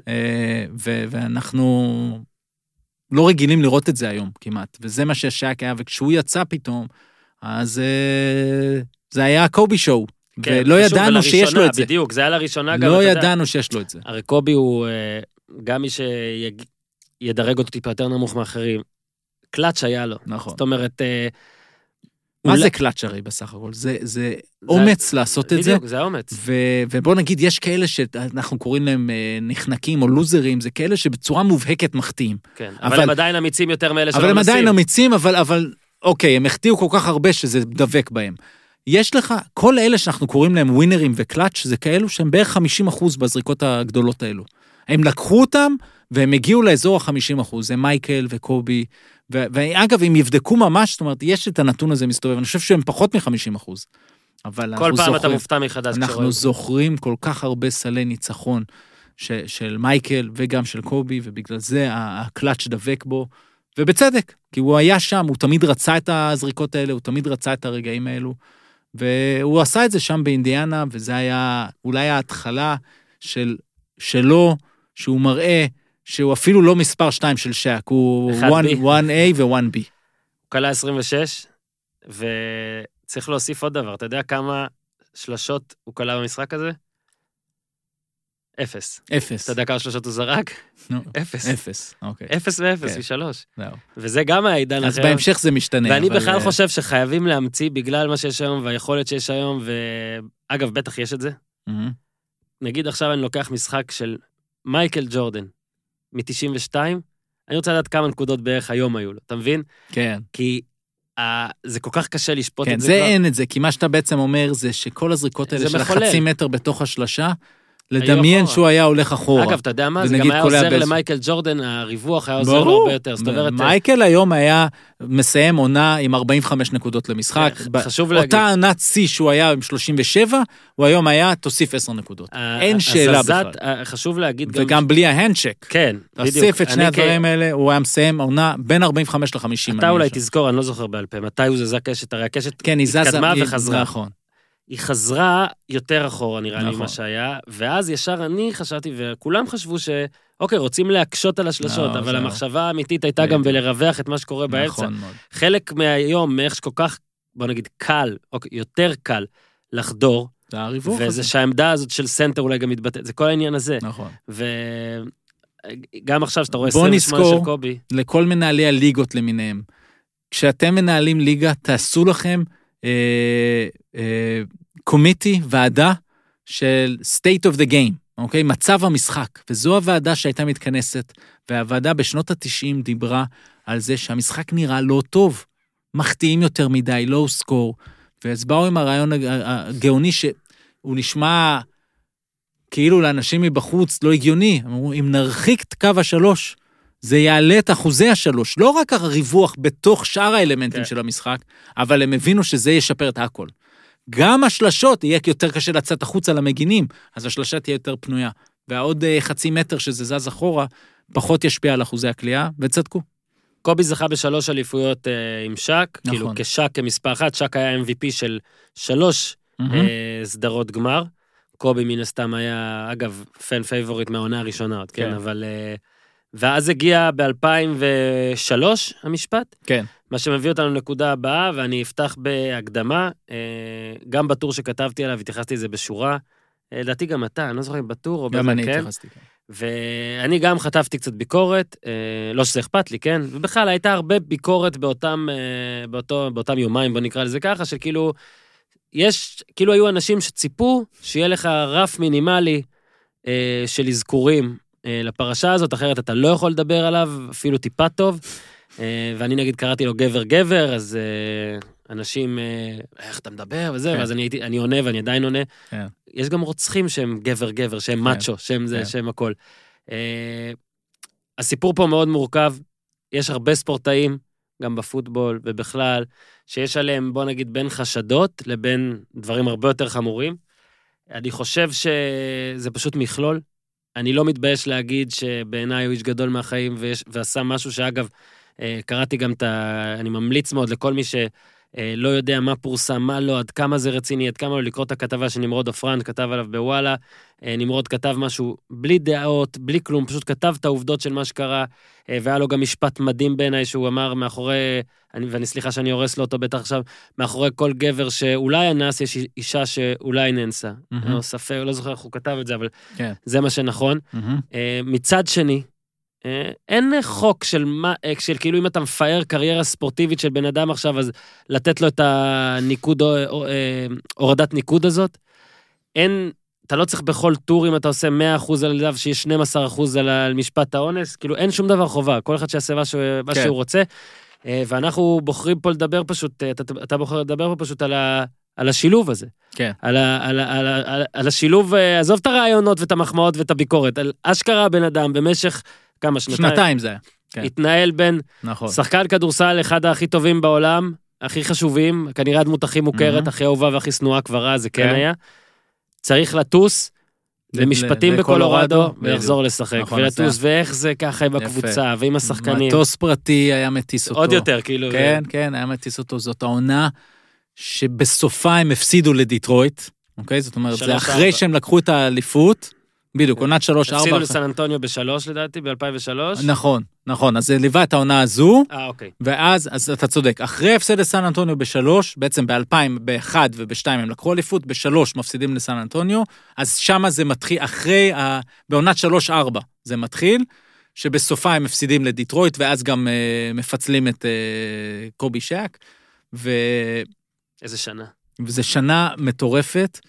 ואנחנו לא רגילים לראות את זה היום, כמעט. וזה מה שהשק היה, וכשהוא יצא פתאום, אז זה היה קובי שואו. כן, ולא ידענו שיש לו את זה. בדיוק, זה היה לראשונה גם. לא ידענו שיש לו את זה. הרי קובי הוא, גם מי שידרג אותו טיפה יותר נמוך מאחרים, קלאץ' היה לו. נכון. זאת אומרת, מה זה קלאץ' הרי בסך הכל? זה אומץ לעשות את זה. בדיוק, זה אומץ. ובוא נגיד, יש כאלה שאנחנו קוראים להם נחנקים או לוזרים, זה כאלה שבצורה מובהקת מחטיאים. כן, אבל הם עדיין אמיצים יותר מאלה שלא אבל הם מנסים. עדיין אמיצים, אבל אוקיי, הם החטיאו כל כך הרבה שזה דבק בהם. יש לך, כל אלה שאנחנו קוראים להם ווינרים וקלאץ', זה כאלו שהם בערך חמישים אחוז בזריקות הגדולות האלו. הם לקחו אותם, והם הגיעו לאזור ה-חמישים אחוז, זה מייקל וקובי, ואגב, אם יבדקו ממש, זאת אומרת, יש את הנתון הזה מסתובב, אני חושב שהם פחות מ-חמישים אחוז. כל פעם אתה מופתע מחדש. אנחנו זוכרים כל כך הרבה סלי ניצחון של מייקל וגם של קובי, ובגלל זה הקלאץ' דבק בו, ובצדק, כי הוא היה שם, הוא תמיד רצה את הזריקות האלה, הוא תמיד רצה את הרגעים האלו, והוא עשה את זה שם באינדיאנה, וזה היה אולי ההתחלה של, שלו, שהוא מראה שהוא אפילו לא מספר שתיים של שק, הוא אחת איי ו-אחת בי. הוא קלה עשרים ושש, וצריך להוסיף עוד דבר. אתה יודע כמה שלשות הוא קלה במשחק הזה? אפס. אפס. אתה יודע כמה שלשות הוא זרק? אפס. אפס, אוקיי. אפס ואפס, משלוש. וזה גם העידן אחר. אז בהמשך זה משתנה. ואני בכלל חושב שחייבים להמציא בגלל מה שיש היום, והיכולת שיש היום, ואגב, בטח יש את זה. נגיד עכשיו אני לוקח משחק של מייקל ג'ורדן, מ-תשעים ושתיים, אני רוצה לדעת כמה נקודות בערך היום היו לו, אתה מבין? כן. כי uh, זה כל כך קשה לשפוט כן, את זה. כן, זה כבר. אין את זה, כי מה שאתה בעצם אומר זה שכל הזריקות האלה של החצי מטר בתוך השלשה, לדמיין שהוא היה הולך אחורה. אגב, אתה יודע מה? זה גם היה עוזר למייכל ג'ורדן, הריווח היה עוזר לו הרבה יותר. מייקל היום היה מסיים עונה עם ארבעים וחמש נקודות למשחק. חשוב להגיד. אותה עונת C שהוא היה עם שלושים ושבע, הוא היום היה תוסיף עשר נקודות. אין שאלה בכלל. חשוב להגיד גם... וגם בלי ההנדשק. כן, בדיוק. תוסיף את שני הדברים האלה, הוא היה מסיים עונה בין ארבעים וחמש ל-חמישים. אתה אולי תזכור, אני לא זוכר בעל פה, מתי הוא זזה קשת, הרי הקשת התקדמה וחזרה. היא חזרה יותר אחורה, נראה לי, מה שהיה, ואז ישר אני חשבתי, וכולם חשבו ש, אוקיי, רוצים להקשות על השלשות, אבל המחשבה האמיתית הייתה גם בלרווח את מה שקורה באמצע. חלק מהיום, מאיך שכל כך, בוא נגיד, קל, אוקיי, יותר קל, לחדור. זה הריווח הזה. וזה שהעמדה הזאת של סנטר אולי גם מתבטא, זה כל העניין הזה. נכון. וגם עכשיו שאתה רואה עשרים ושמונה של קובי. לכל מנהלי הליגות למיניהם, כשאתם מנהלים ליגה, תעשו לכם קומיטי, ועדה של state of the game, אוקיי? מצב המשחק, וזו הוועדה שהייתה מתכנסת, והוועדה בשנות ה-תשעים דיברה על זה שהמשחק נראה לא טוב, מחטיאים יותר מדי, לא סקור, ואז באו עם הרעיון הגאוני שהוא נשמע כאילו לאנשים מבחוץ לא הגיוני, אמרו, אם נרחיק את קו השלוש, זה יעלה את אחוזי השלוש, לא רק הריווח בתוך שאר האלמנטים של המשחק, אבל הם הבינו שזה ישפר את הכל. גם השלשות יהיה יותר קשה לצאת החוצה למגינים, אז השלשה תהיה יותר פנויה, והעוד חצי מטר שזה זז אחורה, פחות ישפיע על אחוזי הקליעה, וצדקו. קובי זכה בשלוש אליפויות אה, עם שק, נכון. כאילו כשק כמספר אחת, שק היה אם וי פי של שלוש mm-hmm. אה, סדרות גמר, קובי מן הסתם היה, אגב, פן פייבוריט מהעונה הראשונה עוד, כן, כן אבל... אה, ואז הגיע ב-אלפיים ושלוש המשפט, כן. מה שמביא אותנו לנקודה הבאה, ואני אפתח בהקדמה, גם בטור שכתבתי עליו, התייחסתי לזה בשורה, לדעתי גם אתה, אני לא זוכר אם בטור או בזה, גם אני כן? התייחסתי. ואני גם חטפתי קצת ביקורת, לא שזה אכפת לי, כן? ובכלל הייתה הרבה ביקורת באותם, באותו, באותם יומיים, בוא נקרא לזה ככה, שכאילו, יש, כאילו היו אנשים שציפו, שיהיה לך רף מינימלי של אזכורים, לפרשה הזאת, אחרת אתה לא יכול לדבר עליו, אפילו טיפה טוב, ואני נגיד קראתי לו גבר גבר, אז אנשים, איך אתה מדבר וזה, ואז אני, אני עונה ואני עדיין עונה. יש גם רוצחים שהם גבר גבר, שהם מאצ'ו, שהם זה, שהם הכל. הסיפור פה מאוד מורכב, יש הרבה ספורטאים, גם בפוטבול ובכלל, שיש עליהם, בוא נגיד, בין חשדות לבין דברים הרבה יותר חמורים. אני חושב שזה פשוט מכלול, אני לא מתבייש להגיד שבעיניי הוא איש גדול מהחיים, ויש, ועשה משהו שאגב, קראתי גם את ה... אני ממליץ מאוד לכל מי שלא יודע מה פורסם, מה לא, עד כמה זה רציני, עד כמה לא לקרוא את הכתבה שנמרוד אופרנד כתב עליו בוואלה, נמרוד כתב משהו בלי דעות, בלי כלום, פשוט כתב את העובדות של מה שקרה, והיה לו גם משפט מדהים בעיניי, שהוא אמר מאחורי, אני, ואני סליחה שאני הורס לו אותו בטח עכשיו, מאחורי כל גבר שאולי אנס, יש אישה שאולי ננסה. Mm-hmm. לא ספק, לא זוכר איך הוא כתב את זה, אבל yeah. זה מה שנכון. Mm-hmm. מצד שני, אין חוק של, מה, של כאילו אם אתה מפאר קריירה ספורטיבית של בן אדם עכשיו, אז לתת לו את הניקוד, הורדת ניקוד הזאת. אין, אתה לא צריך בכל טור אם אתה עושה מאה אחוז על ידיו, שיש שנים עשר אחוז על משפט האונס, כאילו אין שום דבר חובה, כל אחד שיעשה מה שהוא, כן. שהוא רוצה, ואנחנו בוחרים פה לדבר פשוט, אתה, אתה בוחר לדבר פה פשוט על, ה, על השילוב הזה. כן. על, ה, על, על, על, על השילוב, עזוב את הרעיונות ואת המחמאות ואת הביקורת, על אשכרה בן אדם במשך כמה שנתיים. שנתיים זה היה. כן. התנהל בין נכון. שחקן כדורסל, אחד הכי טובים בעולם, הכי חשובים, כנראה הדמות הכי מוכרת, Mm-hmm. הכי אהובה והכי שנואה כבר אז, זה כן כן. היה. צריך לטוס למשפטים בקולורדו, ולחזור לשחק, ולטוס, ואיך זה ככה בקבוצה, ועם השחקנים. מטוס פרטי היה מטיס אותו. עוד יותר, כאילו. כן, כן, היה מטיס אותו. זאת העונה שבסופה הם הפסידו לדיטרויט, אוקיי? זאת אומרת, זה אחרי שהם לקחו את האליפות, בדיוק, עונת שלוש ארבע. הפסידו לסן אנטוניו בשלוש, לדעתי, ב-אלפיים ושלוש. נכון, נכון, אז זה ליווה את העונה הזו, אה, אוקיי. ואז, אז אתה צודק, אחרי הפסד לסן אנטוניו בשלוש, בעצם ב-אלפיים, ב-אחד ובשתיים הם לקחו אליפות, בשלוש מפסידים לסן אנטוניו, אז שמה זה מתחיל, אחרי, ה... בעונת שלוש ארבע זה מתחיל, שבסופה הם מפסידים לדיטרויט, ואז גם uh, מפצלים את uh, קובי שק, ו... איזה שנה. וזה שנה מטורפת,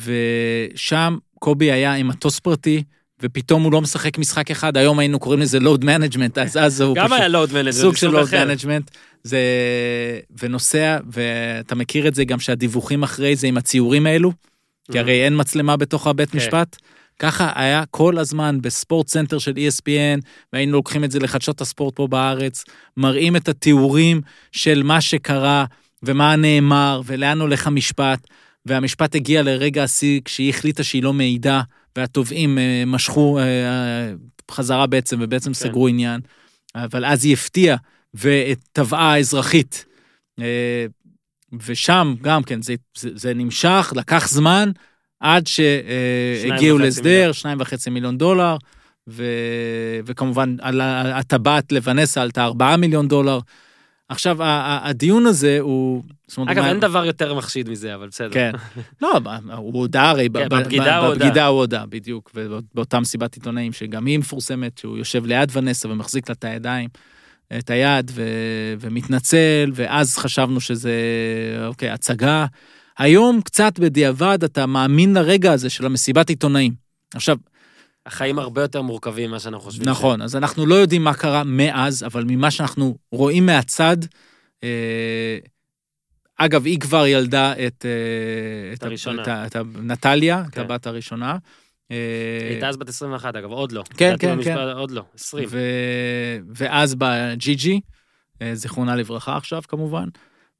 ושם קובי היה עם מטוס פרטי, ופתאום הוא לא משחק משחק אחד, היום היינו קוראים לזה load management, אז אז הוא גם היה load management, סוג של load management, זה, ונוסע, ואתה מכיר את זה גם שהדיווחים אחרי זה עם הציורים האלו, כי הרי אין מצלמה בתוך הבית משפט, ככה היה כל הזמן בספורט סנטר של אי אס פי אן, והיינו לוקחים את זה לחדשות הספורט פה בארץ, מראים את התיאורים של מה שקרה, ומה נאמר, ולאן הולך המשפט, והמשפט הגיע לרגע השיא, כשהיא החליטה שהיא לא מעידה, והתובעים משכו חזרה בעצם, ובעצם כן. סגרו עניין, אבל אז היא הפתיעה, ותבעה אזרחית, ושם גם כן, זה, זה, זה נמשך, לקח זמן, עד שהגיעו להסדר, שניים וחצי מיליון דולר, ו, וכמובן, הטבעת לבנסה עלתה ארבעה מיליון דולר, עכשיו, הדיון הזה הוא... אגב, אין דבר יותר מחשיד מזה, אבל בסדר. כן. לא, הוא הודע הרי, בבגידה הוא הודע, בדיוק, ובאותה מסיבת עיתונאים, שגם היא מפורסמת, שהוא יושב ליד ונסה ומחזיק לה את הידיים, את היד, ומתנצל, ואז חשבנו שזה, אוקיי, הצגה. היום, קצת בדיעבד, אתה מאמין לרגע הזה של המסיבת עיתונאים. עכשיו... החיים הרבה יותר מורכבים ממה שאנחנו חושבים. נכון, אז אנחנו לא יודעים מה קרה מאז, אבל ממה שאנחנו רואים מהצד, אגב, היא כבר ילדה את, את הראשונה. את, את נטליה, כן. את הבת הראשונה. הייתה אז בת עשרים ואחת, אגב, עוד לא. כן, כן, כן. עוד לא, עשרים. ו... ואז בא ג'י ג'י, זיכרונה לברכה עכשיו כמובן,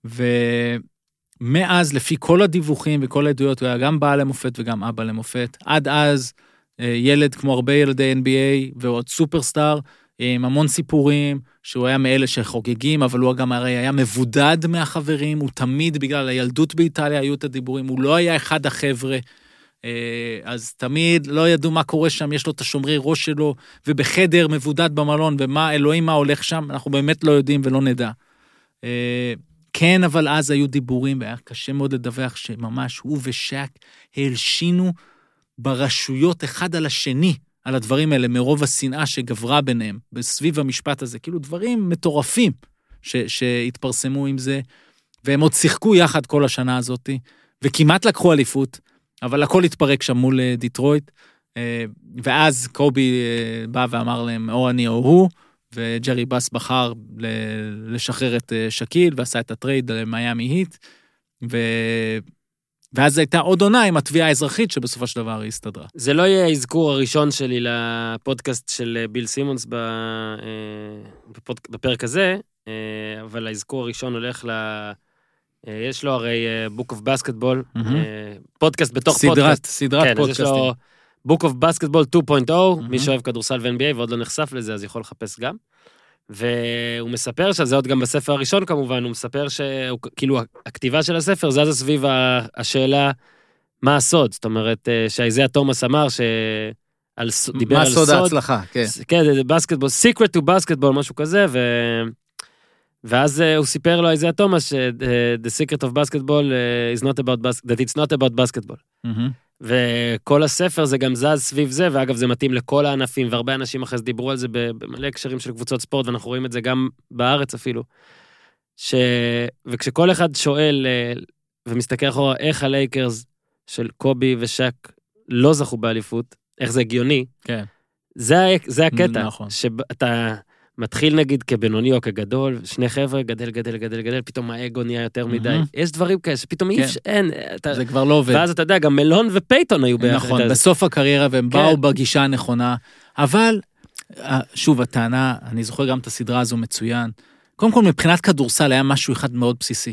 ומאז לפי כל הדיווחים וכל העדויות, הוא היה גם בעל למופת וגם אבא למופת. עד אז ילד כמו הרבה ילדי אן בי איי ועוד סופרסטאר, עם המון סיפורים, שהוא היה מאלה שחוגגים, אבל הוא גם הרי היה מבודד מהחברים, הוא תמיד בגלל הילדות באיטליה היו את הדיבורים, הוא לא היה אחד החבר'ה, אז תמיד לא ידעו מה קורה שם, יש לו את השומרי ראש שלו, ובחדר מבודד במלון, ומה אלוהים מה הולך שם, אנחנו באמת לא יודעים ולא נדע. כן, אבל אז היו דיבורים, והיה קשה מאוד לדווח שממש הוא ושק הלשינו ברשויות אחד על השני, על הדברים האלה, מרוב השנאה שגברה ביניהם, בסביב המשפט הזה, כאילו דברים מטורפים ש, שהתפרסמו עם זה, והם עוד שיחקו יחד כל השנה הזאת, וכמעט לקחו אליפות, אבל הכל התפרק שם מול דיטרויט, ואז קובי בא ואמר להם, או אני או הוא, וג'רי בס בחר לשחרר את שקיל, ועשה את הטרייד למיימי היט, ו... ואז הייתה עוד עונה עם התביעה האזרחית, שבסופו של דבר היא הסתדרה. זה לא יהיה האזכור הראשון שלי לפודקאסט של ביל סימונס בפרק הזה, אבל האזכור הראשון הולך ל... יש לו הרי Book of Basketball, פודקאסט בתוך פודקאסט. סדרת פודקאסטים. יש לו Book of Basketball שתיים נקודה אפס, מי שאוהב כדורסל ו-אן בי איי ועוד לא נחשף לזה, אז יכול לחפש גם. והוא מספר שזה עוד גם בספר הראשון כמובן, הוא מספר שכאילו הכתיבה של הספר זה אז סביב השאלה מה הסוד, זאת אומרת שאיזיה תומאס אמר שדיבר על סוד. מה סוד ההצלחה, כן. כן, זה בסקטבול, secret to basketball, משהו כזה, ו... ואז הוא סיפר לו איזיה תומאס ש-the secret of basketball is not about basketball, that it's not about basketball. וכל הספר זה גם זז סביב זה, ואגב זה מתאים לכל הענפים, והרבה אנשים אחרי זה דיברו על זה במלא הקשרים של קבוצות ספורט, ואנחנו רואים את זה גם בארץ אפילו. ש... וכשכל אחד שואל ומסתכל אחורה איך הלייקרס של קובי ושק לא זכו באליפות, איך זה הגיוני, כן. זה, זה הקטע, נכון. שאתה מתחיל נגיד כבינוני או כגדול, שני חבר'ה גדל, גדל, גדל, גדל, פתאום האגו נהיה יותר מדי. יש דברים כאלה שפתאום אי אפשר, אין. זה כבר לא עובד. ואז אתה יודע, גם מלון ופייטון היו ביחד. נכון, בסוף הקריירה, והם באו בגישה הנכונה. אבל, שוב, הטענה, אני זוכר גם את הסדרה הזו מצוין. קודם כל, מבחינת כדורסל היה משהו אחד מאוד בסיסי.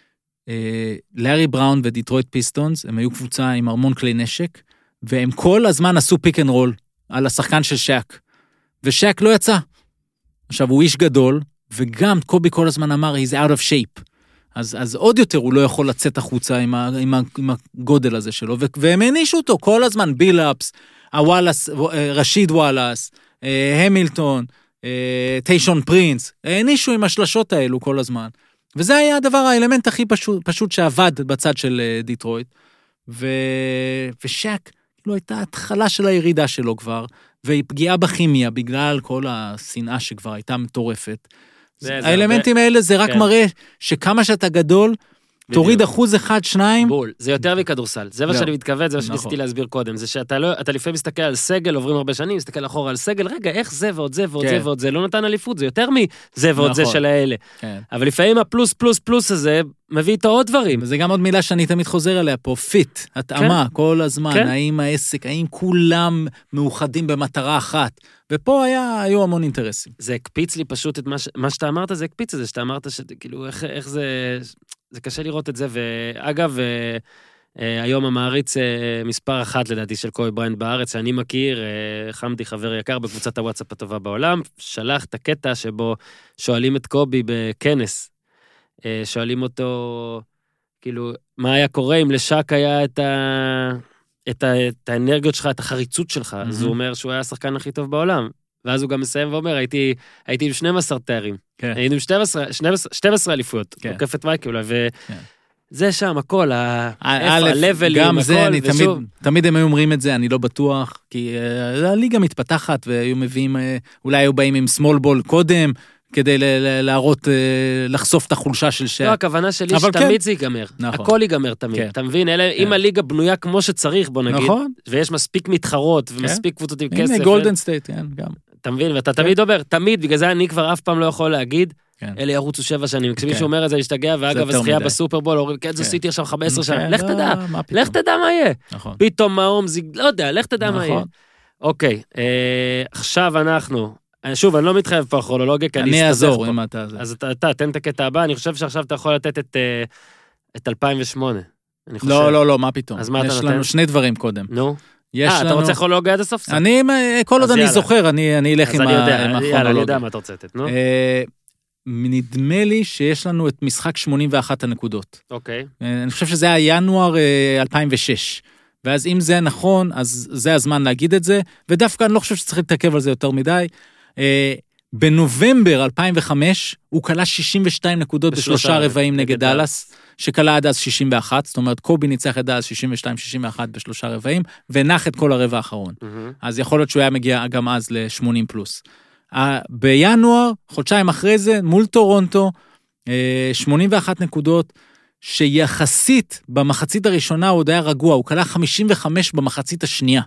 לארי בראון ודיטרויט פיסטונס, הם היו קבוצה עם המון כלי נשק, והם כל הזמן עשו פיק אנד רול על השחקן של שק. ושק לא יצא. עכשיו, הוא איש גדול, וגם קובי כל הזמן אמר, he's out of shape. אז, אז עוד יותר הוא לא יכול לצאת החוצה עם, ה, עם, ה, עם הגודל הזה שלו, ו- והם הענישו אותו כל הזמן, בילאפס, הוואלאס, רשיד וואלאס, המילטון, טיישון פרינס, הענישו עם השלשות האלו כל הזמן. וזה היה הדבר, האלמנט הכי פשוט, פשוט שעבד בצד של דיטרויט, ו... ושק, לא הייתה התחלה של הירידה שלו כבר, והיא פגיעה בכימיה, בגלל כל השנאה שכבר הייתה מטורפת. זה, האלמנטים זה האלה זה רק כן. מראה שכמה שאתה גדול, בדיוק. תוריד אחוז אחד, שניים. בול, זה יותר מכדורסל. זה מה שאני מתכוון, זה מה שניסיתי להסביר קודם. זה שאתה לא, אתה לפעמים מסתכל על סגל, עוברים הרבה שנים, מסתכל אחורה על סגל, רגע, איך זה ועוד זה ועוד כן. זה ועוד זה, לא נתן אליפות, זה יותר מזה ועוד נכון. זה של האלה. כן. אבל לפעמים הפלוס פלוס פלוס הזה, מביא איתו עוד דברים. וזה גם עוד מילה שאני תמיד חוזר עליה פה, פיט, התאמה, כן. כל הזמן, כן. האם העסק, האם כולם מאוחדים במטרה אחת. ופה היה, היו המון אינטרסים. זה הקפיץ לי פשוט את מה, ש... מה שאתה אמרת, זה הקפיץ את זה, שאתה אמרת שכאילו, איך, איך זה, זה קשה לראות את זה, ואגב, היום המעריץ מספר אחת לדעתי של קובי בריינט בארץ, שאני מכיר, חמדי חבר יקר בקבוצת הוואטסאפ הטובה בעולם, שלח את הקטע שבו שואלים את קובי בכנס, שואלים אותו, כאילו, מה היה קורה אם לשק היה את ה... את, ה, את האנרגיות שלך, את החריצות שלך, mm-hmm. אז הוא אומר שהוא היה השחקן הכי טוב בעולם. ואז הוא גם מסיים ואומר, הייתי, הייתי עם שנים עשר תארים, כן. היינו עם שתים עשרה, שתים עשרה אליפויות, כן. עוקף את מייקל, ו... כן. זה שם, הכל, ה-לבלים, גם זה, אני תמיד, תמיד הם היו אומרים את זה, אני לא בטוח, כי הליגה מתפתחת, והיו מביאים, אולי היו באים עם סמול בול קודם, כדי להראות, לחשוף את החולשה של שעה. לא, הכוונה שלי שתמיד זה ייגמר. הכל ייגמר תמיד. אתה מבין? אם הליגה בנויה כמו שצריך, בוא נגיד, ויש מספיק מתחרות, ומספיק קבוצות עם כסף. הנה, גולדן סטייט, כן, גם. אתה מבין? ואתה תמיד אומר, תמיד, בגלל זה אני כבר אף פעם לא יכול להגיד, אלה ירוצו שבע שנים. כשמישהו אומר את זה, ישתגע, ואגב, הזכייה בסופרבול, אומרים, כן, זה עשיתי עכשיו חמש עשרה שנה. לך תדע, לך תדע מה יהיה. פתאום מהום, לא יודע, לך תדע מה יהיה. אוקיי, עכשיו אנחנו, שוב, אני לא מתחייב פה הכרונולוגיה, כי אני אעזור אם אתה זה. אז אתה, תן את הקטע הבא, אני חושב שעכשיו אתה יכול לתת את אלפיים ושמונה. לא, לא, לא, מה פתאום? אז מה אתה נותן? יש לנו שני דברים קודם. נו. אה, אתה רוצה כרונולוגיה עד הסוף? אני, כל עוד אני זוכר, אני אלך עם הכרונולוגיה. אני יודע מה אתה רוצה לתת, נו. נדמה לי שיש לנו את משחק שמונים ואחת הנקודות. אוקיי. אני חושב שזה היה ינואר אלפיים ושש. ואז אם זה נכון, אז זה הזמן להגיד את זה, ודווקא אני לא חושב שצריך להתעכב על זה יותר מדי. בנובמבר אלפיים וחמש, הוא קלה שישים ושתיים נקודות בשלושה רבעים נגד דאלאס, שקלה עד אז שישים ואחת, זאת אומרת, קובי ניצח את דאלאס שישים ושתיים שישים ואחת בשלושה רבעים, ונח את כל הרבע האחרון. אז יכול להיות שהוא היה מגיע גם אז ל-שמונים פלוס. בינואר, חודשיים אחרי זה, מול טורונטו, שמונים ואחת נקודות, שיחסית במחצית הראשונה הוא עוד היה רגוע, הוא קלה חמישים וחמש במחצית השנייה.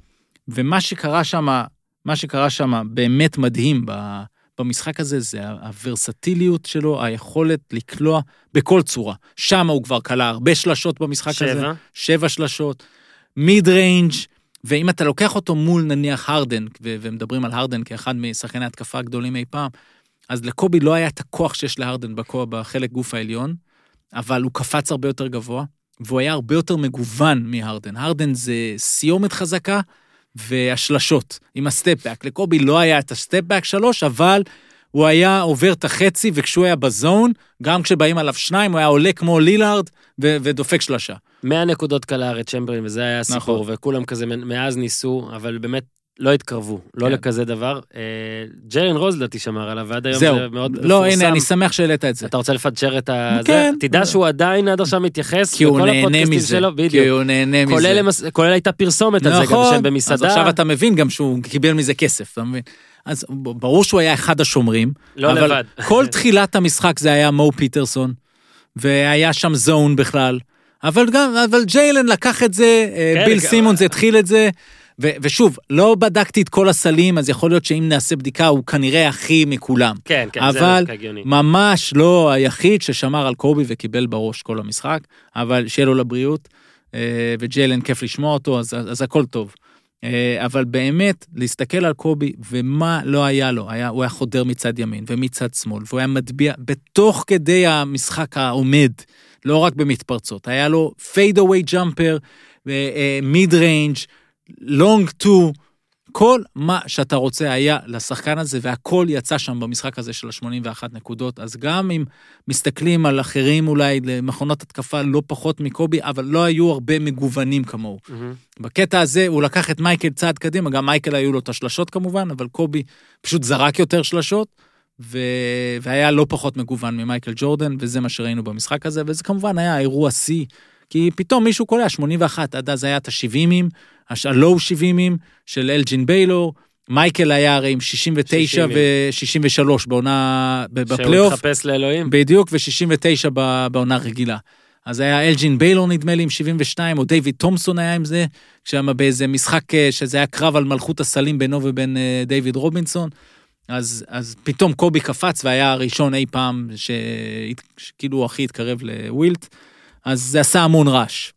ומה שקרה שם, מה שקרה שם באמת מדהים במשחק הזה, זה הוורסטיליות שלו, היכולת לקלוע בכל צורה. שם הוא כבר קלה הרבה שלשות במשחק שבע. הזה. שבע שלשות. מיד ריינג', ואם אתה לוקח אותו מול נניח הרדן, ומדברים על הרדן כאחד משחקני התקפה הגדולים אי פעם, אז לקובי לא היה את הכוח שיש להרדן בחלק גוף העליון, אבל הוא קפץ הרבה יותר גבוה, והוא היה הרבה יותר מגוון מהרדן. הרדן זה סיומת חזקה, והשלשות עם הסטפ-בק. לקובי לא היה את הסטפ-בק שלוש, אבל הוא היה עובר את החצי, וכשהוא היה בזון, גם כשבאים עליו שניים, הוא היה עולה כמו לילארד, ו- ודופק שלושה. מאה נקודות קלה הרי צ'מברלין, וזה היה הסיפור, נכון. וכולם כזה מאז ניסו, אבל באמת לא התקרבו, לא כן. לכזה דבר. ג'יילן רוז לדעתי שמר עליו, ועד היום זהו. זה מאוד לא, מפורסם. לא, הנה, אני שמח שהעלית את זה. אתה רוצה לפדשר את ה... כן. זה? תדע שהוא עדיין עד עכשיו מתייחס, כי הוא נהנה מזה. שלו, כי הוא נהנה מזה. כולל, למס... כולל הייתה פרסומת נכון. על זה, גם שהם במסעדה. אז עכשיו אתה מבין גם שהוא קיבל מזה כסף, אתה מבין? אז ברור שהוא היה אחד השומרים. לא אבל לבד. כל תחילת המשחק זה היה מו פיטרסון, והיה שם זון בכלל. אבל גם, אבל ג'יילן לקח את זה, כן, ביל סימונס התחיל את זה, ו- ושוב, לא בדקתי את כל הסלים, אז יכול להיות שאם נעשה בדיקה, הוא כנראה הכי מכולם. כן, כן, אבל זה הגיוני. ממש לא היחיד ששמר על קובי וקיבל בראש כל המשחק, אבל שיהיה לו לבריאות, וג'יילן כיף לשמוע אותו, אז, אז הכל טוב. אבל באמת, להסתכל על קובי, ומה לא היה לו, היה, הוא היה חודר מצד ימין ומצד שמאל, והוא היה מדביע בתוך כדי המשחק העומד, לא רק במתפרצות, היה לו fade away jumper, mid range, long two, כל מה שאתה רוצה היה לשחקן הזה, והכל יצא שם במשחק הזה של ה-שמונים ואחת נקודות, אז גם אם מסתכלים על אחרים אולי למכונות התקפה לא פחות מקובי, אבל לא היו הרבה מגוונים כמוהו. Mm-hmm. בקטע הזה הוא לקח את מייקל צעד קדימה, גם מייקל היו לו את השלשות כמובן, אבל קובי פשוט זרק יותר שלשות, ו... והיה לא פחות מגוון ממייקל ג'ורדן, וזה מה שראינו במשחק הזה, וזה כמובן היה אירוע C, כי פתאום מישהו קולע שמונים ואחת, עד אז היה את ה-שבעים, הלואו שבעים של אלג'ין ביילור, מייקל היה הרי עם שישים ותשע ו-שישים ושלוש בעונה, בפלייאוף. שהוא התחפש לאלוהים. בדיוק, ו-שישים ותשע בעונה רגילה. אז היה אלג'ין ביילור נדמה לי עם שבעים ושתיים, או דיוויד תומסון היה עם זה, כשמה באיזה משחק שזה היה קרב על מלכות הסלים בינו ובין דיוויד רובינסון, אז, אז פתאום קובי קפץ והיה הראשון אי פעם ש... שכאילו הוא הכי התקרב לווילט, אז זה עשה המון רעש.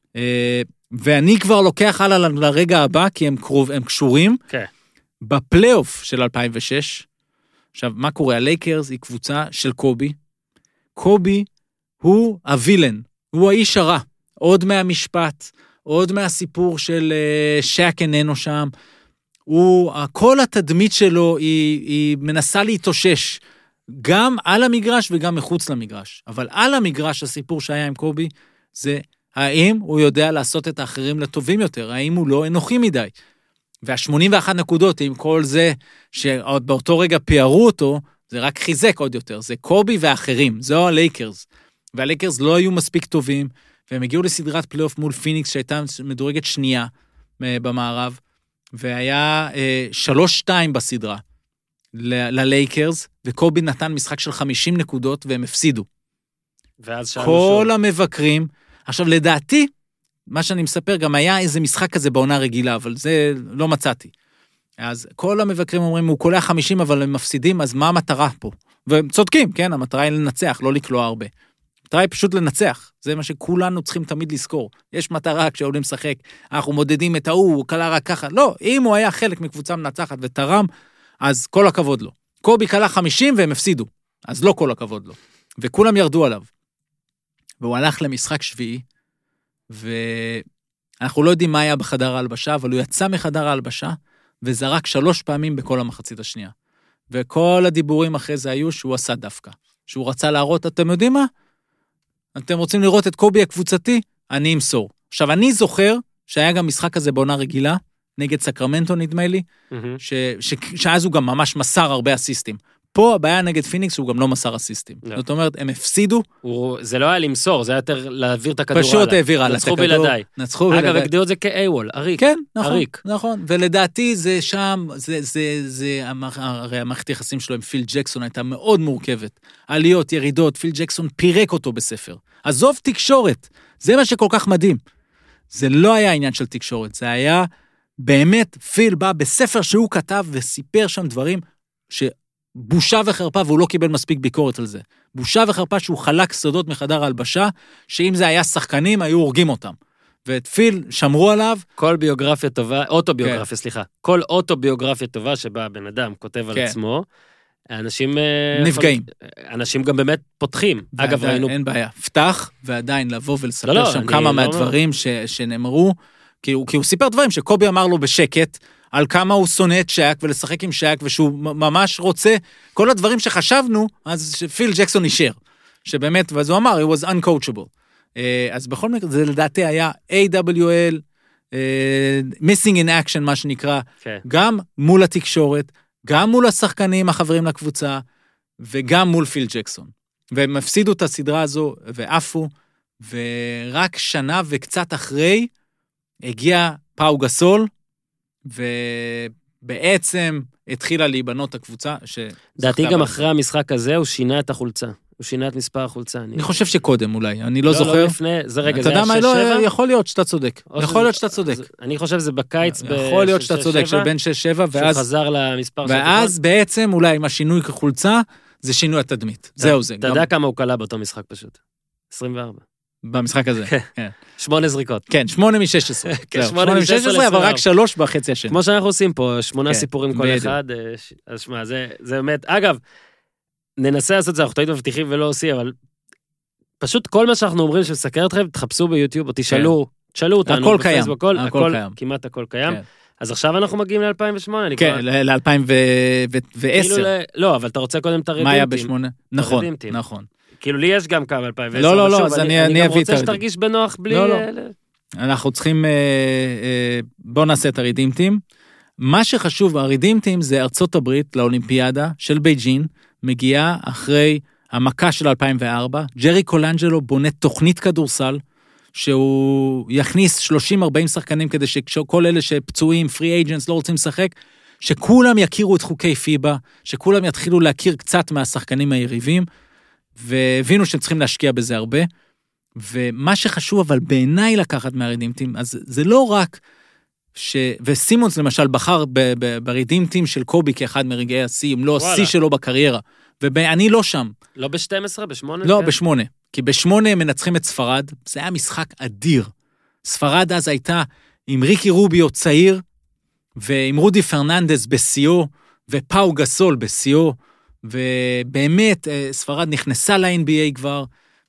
ואני כבר לוקח הלאה לרגע הבא, כי הם, קרוב, הם קשורים. כן. בפלייאוף של אלפיים ושש, עכשיו, מה קורה? הלייקרס היא קבוצה של קובי. קובי הוא הווילן, הוא האיש הרע. עוד מהמשפט, עוד מהסיפור של שק איננו שם. הוא, כל התדמית שלו היא, היא מנסה להתאושש, גם על המגרש וגם מחוץ למגרש. אבל על המגרש הסיפור שהיה עם קובי, זה האם הוא יודע לעשות את האחרים לטובים יותר, האם הוא לא אנוכי מדי. וה-שמונים ואחת נקודות עם כל זה, שעוד באותו רגע פיארו אותו, זה רק חיזק עוד יותר, זה קובי ואחרים, זהו הלייקרס. והלייקרס לא היו מספיק טובים, והם הגיעו לסדרת פלייאוף מול פיניקס, שהייתה מדורגת שנייה במערב, והיה שלוש שתיים בסדרה ללייקרס, וקובי נתן משחק של חמישים נקודות, והם הפסידו. ואז שאלו כל שוב. המבקרים, עכשיו לדעתי, מה שאני מספר, גם היה איזה משחק כזה בעונה רגילה, אבל זה לא מצאתי. אז כל המבקרים אומרים, הוא קולע חמישים, אבל הם מפסידים, אז מה המטרה פה? והם צודקים, כן? המטרה היא לנצח, לא לקלוע הרבה. המטרה היא פשוט לנצח. זה מה שכולנו צריכים תמיד לזכור. יש מטרה כשעולים לשחק, אנחנו מודדים את ההוא, הוא קלע רק ככה. לא, אם הוא היה חלק מקבוצה מנצחת ותרם, אז כל הכבוד לו. קובי קלע חמישים והם הפסידו, אז לא כל הכבוד לו. וכולם ירדו עליו. והוא הלך למשחק שביעי, ואנחנו לא יודעים מה היה בחדר ההלבשה, אבל הוא יצא מחדר ההלבשה, וזרק שלוש פעמים בכל המחצית השנייה. וכל הדיבורים אחרי זה היו שהוא עשה דווקא. שהוא רצה להראות, אתם יודעים מה? אתם רוצים לראות את קובי הקבוצתי? אני אמסור. עכשיו, אני זוכר שהיה גם משחק כזה בעונה רגילה, נגד סקרמנטו נדמה לי, Mm-hmm. ש, ש, שאז הוא גם ממש מסר הרבה אסיסטים. פה הבעיה נגד פיניקס הוא גם לא מסר אסיסטים. לא. זאת אומרת, הם הפסידו. הוא, זה לא היה למסור, זה היה יותר להעביר את הכדור הלאה. פשוט העביר הלאה. נצחו בלעדיי. נצחו בלעדיי. אגב, הגדירו את זה כאי-וול, אריק. כן, נכון, אריק. נכון. ולדעתי זה שם, זה, זה, זה, הרי המערכת יחסים שלו עם פיל ג'קסון הייתה מאוד מורכבת. עליות, ירידות, פיל ג'קסון פירק אותו בספר. עזוב תקשורת, זה מה שכל כך מדהים. זה לא היה עניין של תקשורת, זה היה באמת פיל בא בספר שהוא כתב וסיפר שם דברים שבושה וחרפה, והוא לא קיבל מספיק ביקורת על זה. בושה וחרפה שהוא חלק סודות מחדר ההלבשה, שאם זה היה שחקנים, היו הורגים אותם. ואת פיל שמרו עליו. כל ביוגרפיה טובה, אוטוביוגרפיה, כן. סליחה. כל אוטוביוגרפיה טובה שבה הבן אדם כותב על כן. עצמו, אנשים... נפגעים. אנשים גם באמת פותחים. אגב, ראינו... אין בעיה. פתח, ועדיין לבוא ולספר לא, לא, שם אני כמה לא מהדברים ש, שנאמרו, כי הוא, כי הוא סיפר דברים שקובי אמר לו בשקט, על כמה הוא שונא את שק ולשחק עם שק, ושהוא ממש רוצה, כל הדברים שחשבנו, אז פיל ג'קסון אישר. שבאמת, ואז הוא אמר, he was uncoachable. אז בכל מקרה, זה לדעתי היה איי דאבליו אל, missing in action, מה שנקרא, כן. גם מול התקשורת, גם מול השחקנים החברים לקבוצה, וגם מול פיל ג'קסון. והם הפסידו את הסדרה הזו, ועפו, ורק שנה וקצת אחרי, הגיע פאו גסול, ובעצם התחילה להיבנות הקבוצה. דעתי גם אחרי המשחק הזה, הוא שינה את החולצה. הוא שינה את מספר החולצה. אני חושב שקודם אולי, אני לא לא, זוכר. לא לפני, זה רגע, אתה זה יודע היה מה, שש לא, שבע? יכול להיות שאתה צודק. יכול להיות שאתה צודק. אני חושב שזה בקיץ ב... יכול להיות שאתה צודק, של בין שש שבע, שהוא ואז... חזר למספר של... ואז בעצם אולי עם השינוי כחולצה, זה שינוי התדמית. זהו זה. אתה יודע כמה הוא קלה באותו משחק פשוט? עשרים וארבע. במשחק הזה. כן. שמונה זריקות. כן, שמונה משש עשרה. שמונה משש עשרה, אבל רק שלוש בחצי השני. כמו שאנחנו עושים פה, שמונה סיפורים כל אחד. אז שמע, זה באמת... אגב, ננסה לעשות את זה, אנחנו תמיד מבטיחים ולא עושים, אבל פשוט כל מה שאנחנו אומרים שמסקר אתכם, תחפשו ביוטיוב, או תשאלו, תשאלו אותנו. הכל קיים. הכל קיים. כמעט הכל קיים. אז עכשיו אנחנו מגיעים ל-אלפיים ושמונה. כן, ל-אלפיים ועשר. לא, אבל אתה רוצה קודם את הרדימטים. מה היה בשמונה? נכון, נכון. כאילו לי יש גם כמה אלפיים ועשר. לא, לא, לא, אז אני אביא את הרדימטים. אני גם רוצה שתרגיש בנוח בלי... לא, לא. אנחנו צריכים... בואו נעשה את הרדימטים. מה שחשוב, הרדימטים זה ארצות הברית לאולימפיאדה של בייג'ין, מגיעה אחרי המכה של אלפיים וארבע, ג'רי קולנג'לו בונה תוכנית כדורסל, שהוא יכניס שלושים ארבעים שחקנים, כדי שכל אלה שפצועים, פרי אייג'נס, לא רוצים לשחק, שכולם יכירו את חוקי פיבה, שכולם יתחילו להכיר קצת מהשחקנים היריבים, והבינו שהם צריכים להשקיע בזה הרבה, ומה שחשוב אבל בעיניי לקחת מהרדימטים, אז זה לא רק ש... וסימונס למשל בחר ב... ב... ברדימטים של קובי כאחד מרגעי השיא, אם לא השיא שלו בקריירה, ואני לא שם. לא ב-שתים עשרה, ב-שמונה? לא, ב-שמונה. כי ב-שמונה הם מנצחים את ספרד, זה היה משחק אדיר. ספרד אז הייתה עם ריקי רוביו צעיר, ועם רודי פרננדס בסיו, ופאו גסול בסיו, ובאמת ספרד נכנסה ל-אן בי איי כבר,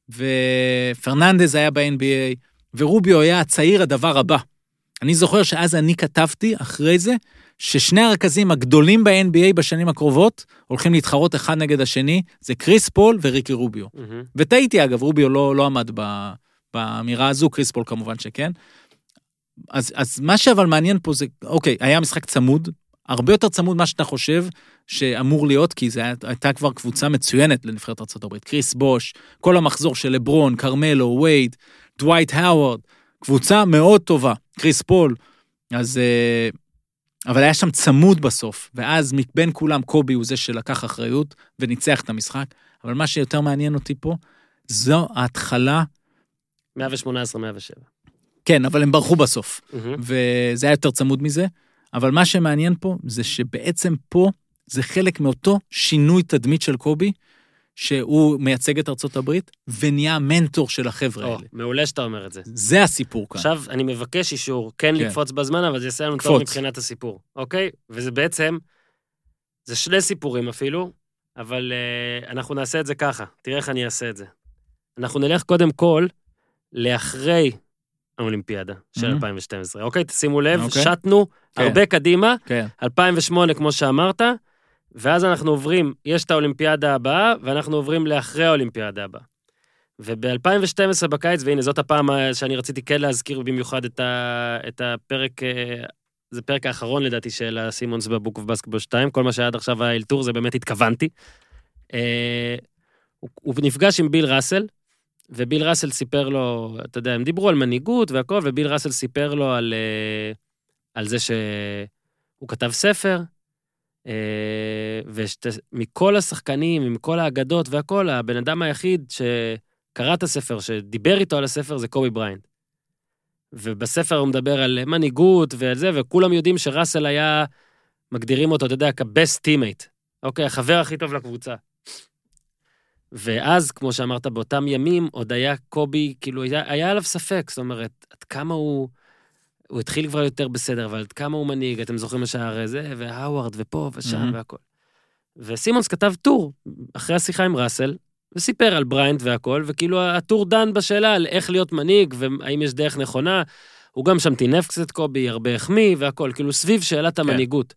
ופרננדס היה ב-אן בי איי, ורוביו היה הצעיר הדבר הבא. אני זוכר שאז אני כתבתי אחרי זה, ששני הרכזים הגדולים ב-אן בי איי בשנים הקרובות, הולכים להתחרות אחד נגד השני, זה קריס פול וריקי רוביו. Mm-hmm. וטעיתי אגב, רוביו לא, לא עמד ב, באמירה הזו, קריס פול כמובן שכן. אז, אז מה שאבל מעניין פה זה, אוקיי, היה משחק צמוד, הרבה יותר צמוד מה שאתה חושב שאמור להיות, כי זו הייתה כבר קבוצה מצוינת לנבחרת ארצות הברית. קריס בוש, כל המחזור של לברון, קרמלו, וייד, דווייט האוורד, קבוצה מאוד טובה, קריס פול, אז, אבל היה שם צמוד בסוף, ואז בין כולם קובי הוא זה שלקח אחריות, וניצח את המשחק, אבל מה שיותר מעניין אותי פה, זו ההתחלה... מאה ושמונה עשרה מאה ושבע. כן, אבל הם ברחו בסוף, וזה היה יותר צמוד מזה, אבל מה שמעניין פה, זה שבעצם פה, זה חלק מאותו שינוי תדמית של קובי, שהוא מייצג את ארצות הברית, ונהיה מנטור של החבר'ה האלה. מעולה שאתה אומר את זה. זה הסיפור כאן. עכשיו, אני מבקש אישור, כן לקפוץ בזמן, אבל זה יעשה לנו טוב מבחינת הסיפור, אוקיי? וזה בעצם, זה שני סיפורים אפילו, אבל אנחנו נעשה את זה ככה. תראה איך אני אעשה את זה. אנחנו נלך קודם כל, לאחרי האולימפיאדה של אלפיים ושתים עשרה, אוקיי? תשימו לב, שטנו הרבה קדימה, אלפיים ושמונה כמו שאמרת, ואז אנחנו עוברים, יש את האולימפיאדה הבאה, ואנחנו עוברים לאחרי האולימפיאדה הבאה. וב-אלפיים ושתים עשרה בקיץ, והנה זאת הפעם שאני רציתי כן להזכיר במיוחד את, ה, את הפרק, זה פרק האחרון לדעתי של הסימונס בבוק ובסקטבול שתיים, כל מה שעד עכשיו היה אלתור, זה באמת התכוונתי. הוא, הוא נפגש עם ביל ראסל, וביל ראסל סיפר לו, אתה יודע, הם דיברו על מנהיגות והכל, וביל ראסל סיפר לו על, על זה שהוא כתב ספר, ומכל השחקנים, מכל האגדות והכל, הבן אדם היחיד שקרא את הספר, שדיבר איתו על הספר, זה קובי בריינט. ובספר הוא מדבר על מנהיגות ועל זה, וכולם יודעים שראסל היה, מגדירים אותו, אתה יודע, כ-best teammate. אוקיי, החבר הכי טוב לקבוצה. ואז, כמו שאמרת, באותם ימים, עוד היה קובי, כאילו, היה, היה עליו ספק, זאת אומרת, עד כמה הוא... הוא התחיל כבר יותר בסדר, אבל עד כמה הוא מנהיג, אתם זוכרים השער הזה, והאוורד, ופה, ושם, mm-hmm. והכל. וסימונס כתב טור, אחרי השיחה עם ראסל, וסיפר על בריינט והכל, וכאילו הטור דן בשאלה על איך להיות מנהיג, והאם יש דרך נכונה, הוא גם שם טינף קצת קובי, הרבה החמיא, והכל, כאילו סביב שאלת המנהיגות.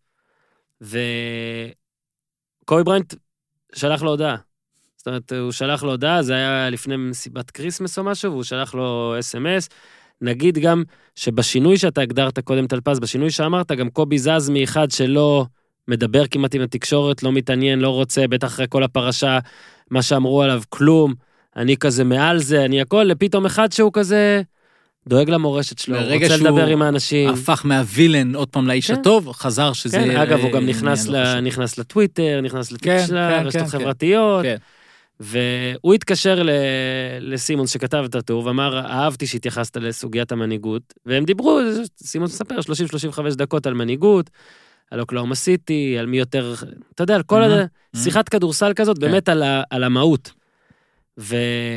וקובי בריינט שלח לו הודעה. זאת אומרת, הוא שלח לו הודעה, זה היה לפני מסיבת קריסמס או משהו, והוא שלח לו אס אם אס, נגיד גם שבשינוי שאתה הגדרת קודם תלפז, בשינוי שאמרת, גם קובי זז מאחד שלא מדבר כמעט עם התקשורת, לא מתעניין, לא רוצה, בטח אחרי כל הפרשה, מה שאמרו עליו, כלום, אני כזה מעל זה, אני הכל, לפתאום אחד שהוא כזה דואג למורשת שלו, רוצה לדבר עם האנשים. הפך מהווילן עוד פעם לאיש הטוב, חזר שזה... כן, אגב, הוא גם נכנס לטוויטר, נכנס לטיקשלה, רשתות חברתיות, והוא התקשר לסימונס שכתב את הטור, ואמר, אהבתי שהתייחסת לסוגיית המנהיגות, והם דיברו, סימונס מספר, שלושים שלושים וחמש דקות על מנהיגות, על אוקלאומה סיטי, על מי יותר, אתה יודע, על כל שיחת כדורסל כזאת, באמת על המהות. והוא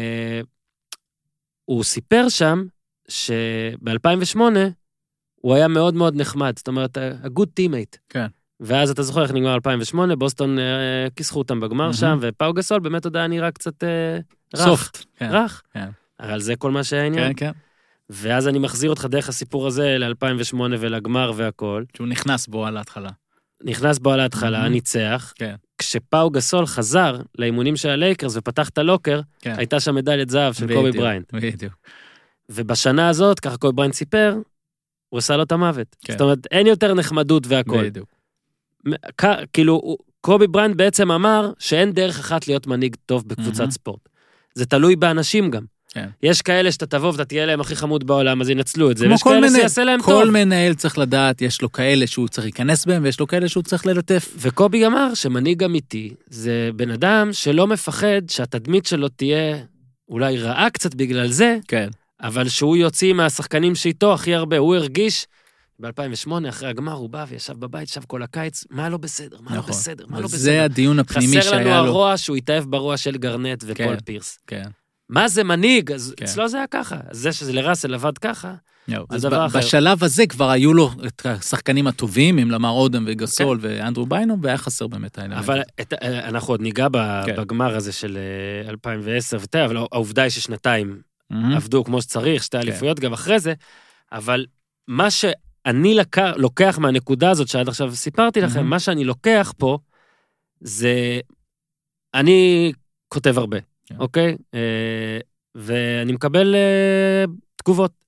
סיפר שם, שב-אלפיים ושמונה, הוא היה מאוד מאוד נחמד, זאת אומרת, a good teammate. כן. ואז אתה זוכר איך נגמר אלפיים ושמונה, בוסטון אה, כיסחו אותם בגמר mm-hmm. שם, ופאו גסול באמת עוד היה נראה קצת אה, רך. סופט. כן, רך. כן. אבל זה כל מה שהעניין. כן, כן. ואז אני מחזיר אותך דרך הסיפור הזה ל-אלפיים ושמונה ולגמר והכל. שהוא נכנס בו על ההתחלה. נכנס בו על ההתחלה, mm-hmm. ניצח. כן. כשפאו גסול חזר לאימונים של הלייקרס ופתח את הלוקר, כן. הייתה שם מדליית זהב של קובי בריינט. בדיוק. ובשנה הזאת, ככה קובי בריינט סיפר, הוא עשה לו את המוות. כן. זאת אומרת, אין יותר נחמדות והכל. בדיוק. כאילו, קובי בריינט בעצם אמר שאין דרך אחת להיות מנהיג טוב בקבוצת ספורט. זה תלוי באנשים גם. יש כאלה שאתה תבוא ואתה תהיה להם הכי חמוד בעולם, אז ינצלו את זה. ויש כאלה שיעשה להם טוב. כל מנהל צריך לדעת, יש לו כאלה שהוא צריך להיכנס בהם, ויש לו כאלה שהוא צריך ללטף. וקובי אמר שמנהיג אמיתי, זה בן אדם שלא מפחד שהתדמית שלו תהיה אולי רעה קצת בגלל זה, אבל שהוא יוציא מהשחקנים שאיתו הכי הרבה. הוא הרגיש ב-אלפיים ושמונה, אחרי הגמר, הוא בא וישב בבית, שב כל הקיץ, מה לא בסדר, מה לא בסדר, מה לא בסדר. זה הדיון הפנימי שהיה לו. חסר לנו הרוע שהוא התאהב ברוע של גרנט ופול פירס. כן. מה זה מנהיג? אז אצלו זה היה ככה. אז זה שזה לראסל עבד ככה, זה דבר אחר. בשלב הזה כבר היו לו את השחקנים הטובים, עם למר אודם וגסול ואנדרו ביינום, והיה חסר באמת האלה. אבל אנחנו עוד ניגע בגמר הזה של אלפיים ועשר, אבל העובדה היא ששנתיים עבדו כמו שצריך, שתי אליפויות גם אחרי זה, אבל מה ש אני לוקח מהנקודה הזאת שעד עכשיו סיפרתי לכם, מה שאני לוקח פה, זה, אני כותב הרבה, אוקיי? ואני מקבל תגובות,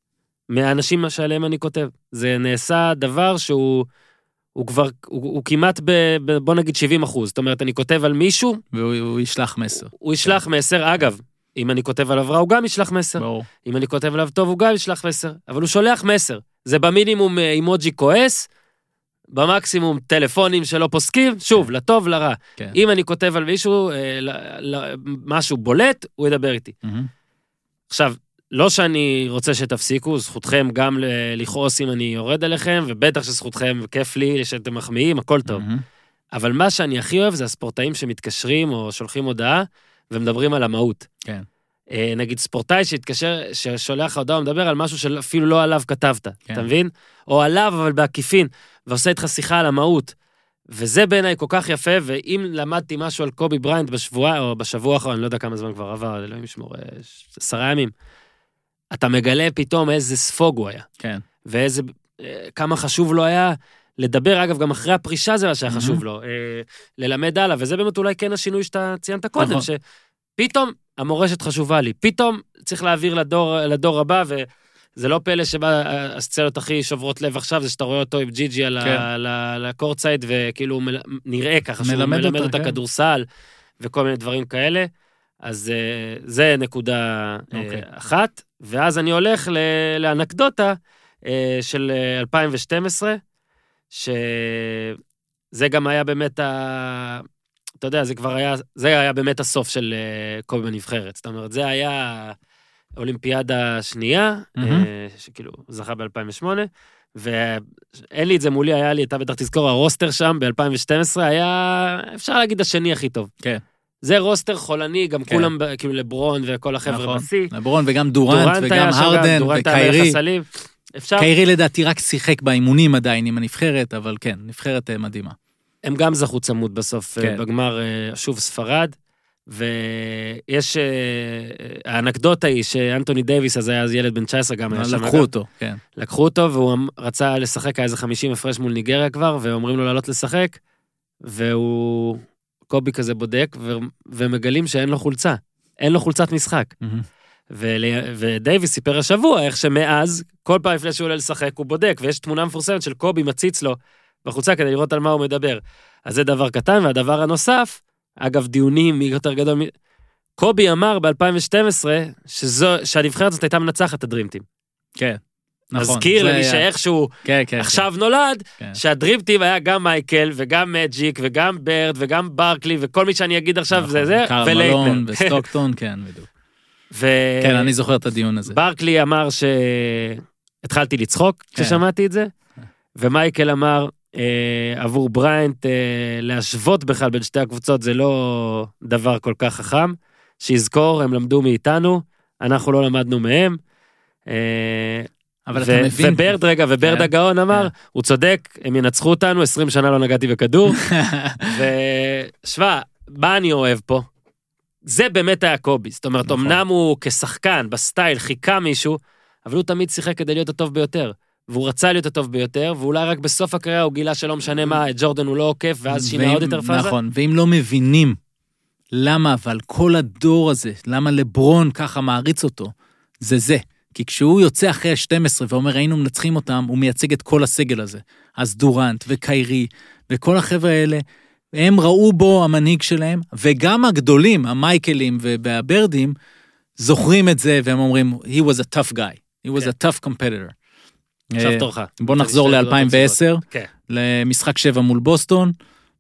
מהאנשים שעליהם אני כותב. זה נעשה דבר שהוא, הוא כבר, הוא, הוא כמעט ב, ב, בוא נגיד שבעים אחוז. זאת אומרת, אני כותב על מישהו, והוא הוא ישלח מסר. הוא ישלח כן. מסר, אגב, אם אני כותב עליו רע, הוא גם ישלח מסר. ברור. אם אני כותב עליו טוב, הוא גם ישלח מסר. אבל הוא שולח מסר. זה במינימום אימוג'י כועס, במקסימום טלפונים שלא פוסקים, שוב, לטוב, לרע. כן. אם אני כותב על מישהו, משהו בולט, הוא ידבר איתי. עכשיו, לא שאני רוצה שתפסיקו, זכותכם גם לכעוס אם אני יורד עליכם, ובטח שזכותכם כיף לי, שאתם מחמיאים, הכל טוב. אבל מה שאני הכי אוהב זה הספורטאים שמתקשרים או שולחים הודעה, ומדברים על המהות. כן. נגיד ספורטאי שהתקשר, ששולח הודעה, מדבר על משהו שאפילו לא עליו כתבת, אתה מבין? או עליו, אבל בעקיפין, ועושה איתך שיחה על המהות. וזה בעיניי כל כך יפה, ואם למדתי משהו על קובי בריינט בשבוע, או בשבוע האחרון, אני לא יודע כמה זמן כבר עבר, אלוהים ישמור, עשרה ימים, אתה מגלה פתאום איזה ספוג הוא היה. כן. ואיזה, כמה חשוב לו היה לדבר, אגב, גם אחרי הפרישה זה מה שהיה חשוב לו, ללמד הלאה, וזה באמת אולי כן השינוי שאתה ציינת קודם, שפתאום המורשת חשובה לי, פתאום צריך להעביר לדור, לדור הבא, וזה לא פלא שבה הסצנות הכי שוברות לב עכשיו, זה שאתה רואה אותו עם ג'י ג'י על הקורטסייד, וכאילו נראה ככה, שהוא מלמד את הכדורסל, וכל מיני דברים כאלה, אז זה נקודה אחת, ואז אני הולך לאנקדוטה של אלפיים ושתים עשרה, שזה גם היה באמת ה... אתה יודע, זה כבר היה, זה היה באמת הסוף של קובי בנבחרת. זאת אומרת, זה היה אולימפיאדה שנייה, שכאילו זכה ב-אלפיים ושמונה, ואין לי את זה מולי, היה לי, אתה בטח תזכור, הרוסטר שם ב-אלפיים ושתים עשרה היה, אפשר להגיד, השני הכי טוב. כן. זה רוסטר חולני, גם כולם, כאילו לברון וכל החבר'ה בסי. לברון וגם דורנט וגם הרדן וקיירי. קיירי לדעתי רק שיחק באימונים עדיין עם הנבחרת, אבל כן, נבחרת מדהימה. הם גם זכו צמוד בסוף, כן. בגמר שוב ספרד, ויש, האנקדוטה היא שאנטוני דייביס, אז היה אז ילד בן תשע עשרה, גם היה שם. לקחו אותו, כן. לקחו אותו, והוא רצה לשחק, היה איזה חמישים הפרש מול ניגריה כבר, ואומרים לו לעלות לשחק, והוא, קובי כזה בודק, ו... ומגלים שאין לו חולצה, אין לו חולצת משחק. ו... ודייביס סיפר השבוע, איך שמאז, כל פעם לפני שהוא עולה לשחק, הוא בודק, ויש תמונה מפורסמת של קובי מציץ לו, בחוצה כדי לראות על מה הוא מדבר. אז זה דבר קטן, והדבר הנוסף, אגב דיונים יותר גדול, קובי אמר ב-אלפיים ושתים עשרה, שזו, שהנבחרת הזאת הייתה מנצחת את הדרימטים. כן, נכון. מזכיר למי שאיכשהו כן, כן, עכשיו כן. נולד, כן. שהדרימטים היה גם מייקל, וגם מג'יק, וגם ברד, וגם ברקלי, וכל מי שאני אגיד עכשיו נכון. זה זה, קרל מלון וסטוקטון, כן, בדיוק. ו... כן, אני זוכר את הדיון הזה. ברקלי אמר שהתחלתי לצחוק כן. כששמעתי את זה, ומייקל אמר, עבור בריינט להשוות בכלל בין שתי הקבוצות זה לא דבר כל כך חכם, שיזכור, הם למדו מאיתנו, אנחנו לא למדנו מהם, אבל אתה מבין... וברד רגע, וברד הגאון אמר, הוא צודק, הם ינצחו אותנו, עשרים שנה לא נגעתי בכדור, ושווה, מה אני אוהב פה? זה באמת היה קובי, זאת אומרת, אמנם הוא כשחקן, בסטייל, חיכה מישהו, אבל הוא תמיד שיחק כדי להיות הטוב ביותר. והוא רצה להיות הטוב ביותר, ואולי רק בסוף הקריירה הוא גילה שלא משנה מה, את ג'ורדן הוא לא עוקף, ואז שינה עוד יותר פאזה. נכון, ואם לא מבינים למה, אבל כל הדור הזה, למה לברון ככה מעריץ אותו, זה זה. כי כשהוא יוצא אחרי ה-שתים עשרה ואומר, היינו מנצחים אותם, הוא מייצג את כל הסגל הזה. אז דורנט וקיירי, וכל החבר'ה האלה, הם ראו בו המנהיג שלהם, וגם הגדולים, המייקלים והברדים, זוכרים את זה, והם אומרים, he was a tough guy, he was a tough competitor. עכשיו תורך. בוא נחזור ל-אלפיים ועשר, למשחק שבע מול בוסטון,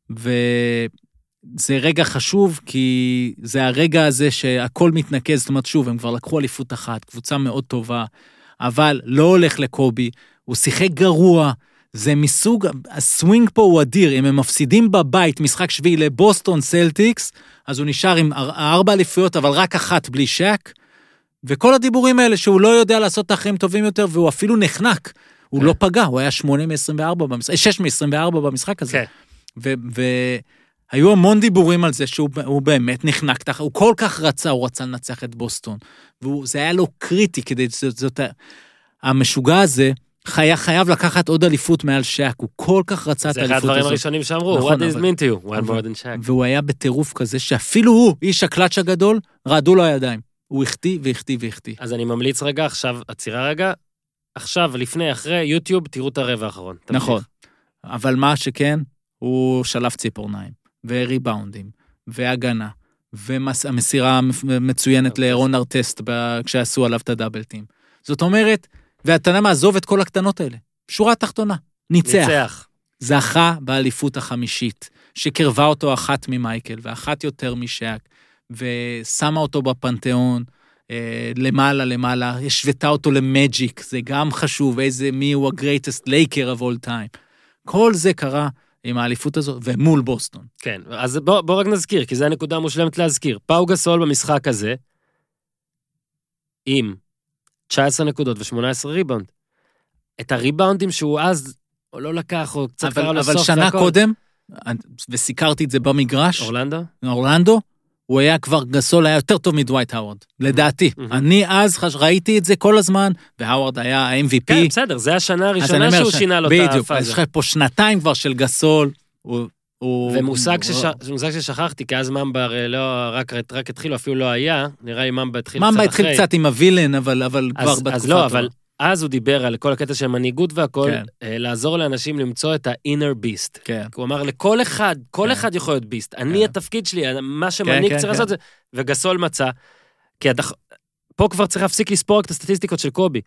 וזה רגע חשוב, כי זה הרגע הזה שהכל מתנקז, זאת אומרת שוב, הם כבר לקחו אליפות אחת, קבוצה מאוד טובה, אבל לא הולך לקובי, הוא שיחק גרוע, זה מסוג, הסווינג פה הוא אדיר, אם הם מפסידים בבית משחק שביעי לבוסטון סלטיקס, אז הוא נשאר עם ארבע אליפויות, אבל רק אחת בלי שק, וכל הדיבורים האלה שהוא לא יודע לעשות את האחרים טובים יותר, והוא אפילו נחנק, הוא לא פגע, הוא היה שמונה מ-עשרים וארבע במשחק, שש מ-עשרים וארבע במשחק הזה. והיו המון דיבורים על זה שהוא באמת נחנק, הוא כל כך רצה, הוא רצה לנצח את בוסטון, וזה היה לו קריטי, כדי זאת, המשוגע הזה, חייב לקחת עוד אליפות מעל שק, הוא כל כך רצה את האליפות הזאת. זה אחד הדברים הראשונים שאמרו, what does it mean to you, one more than Shaq. והוא היה בטירוף כזה, שאפילו הוא, איש הקלאץ' הגדול, רעדו לו הידיים. הוא החטיא והחטיא והחטיא. אז אני ממליץ רגע, עכשיו עצירה רגע, עכשיו, לפני, אחרי, יוטיוב, תראו את הרבע האחרון. נכון. אבל מה שכן, הוא שלף ציפורניים, וריבאונדים, והגנה, והמסירה מצוינת לאירון ארטסט, כשעשו עליו את הדאבלטים. זאת אומרת, ואתה יודע מה, עזוב את כל הקטנות האלה. שורה תחתונה, ניצח. ניצח. זכה באליפות החמישית, שקרבה אותו אחת ממייקל, ואחת יותר משאק, ושמה אותו בפנתיאון, אה, למעלה למעלה, השוותה אותו למג'יק, זה גם חשוב, איזה מי הוא ה-greatest Laker of all time. כל זה קרה עם האליפות הזו, ומול בוסטון. כן, אז בוא, בוא רק נזכיר, כי זו הנקודה המושלמת להזכיר. פאו גסול במשחק הזה, עם תשע עשרה נקודות ו-שמונה עשרה ריבאונד. את הריבאונדים שהוא אז, או לא לקח, או קצת קרה לסוף. אבל שנה והכל. קודם, וסיקרתי את זה במגרש. אורלנדו? אורלנדו, הוא היה כבר, גסול היה יותר טוב מדווייט האוורד, לדעתי. אני אז ראיתי את זה כל הזמן, והאוורד היה ה-אם וי פי. כן, בסדר, זה השנה הראשונה שהוא שינה לו את הפאזה. בדיוק, אז יש לך פה שנתיים כבר של גסול, ומושג ששכחתי, כי אז ממבה רק התחילו, אפילו לא היה, נראה לי ממבה התחיל קצת אחרי. ממבה התחיל קצת עם הווילן, אבל כבר בתקופה. אז לא, אבל אז הוא דיבר על כל הקטע של מנהיגות והכל, לעזור לאנשים למצוא את ה-inner beast. הוא אמר לכל אחד, כל אחד יכול להיות ביסט. אני התפקיד שלי, מה שמנהיג צריך לעשות זה, וגסול מצא, כי פה כבר צריך להפסיק לספור את הסטטיסטיקות של קובי.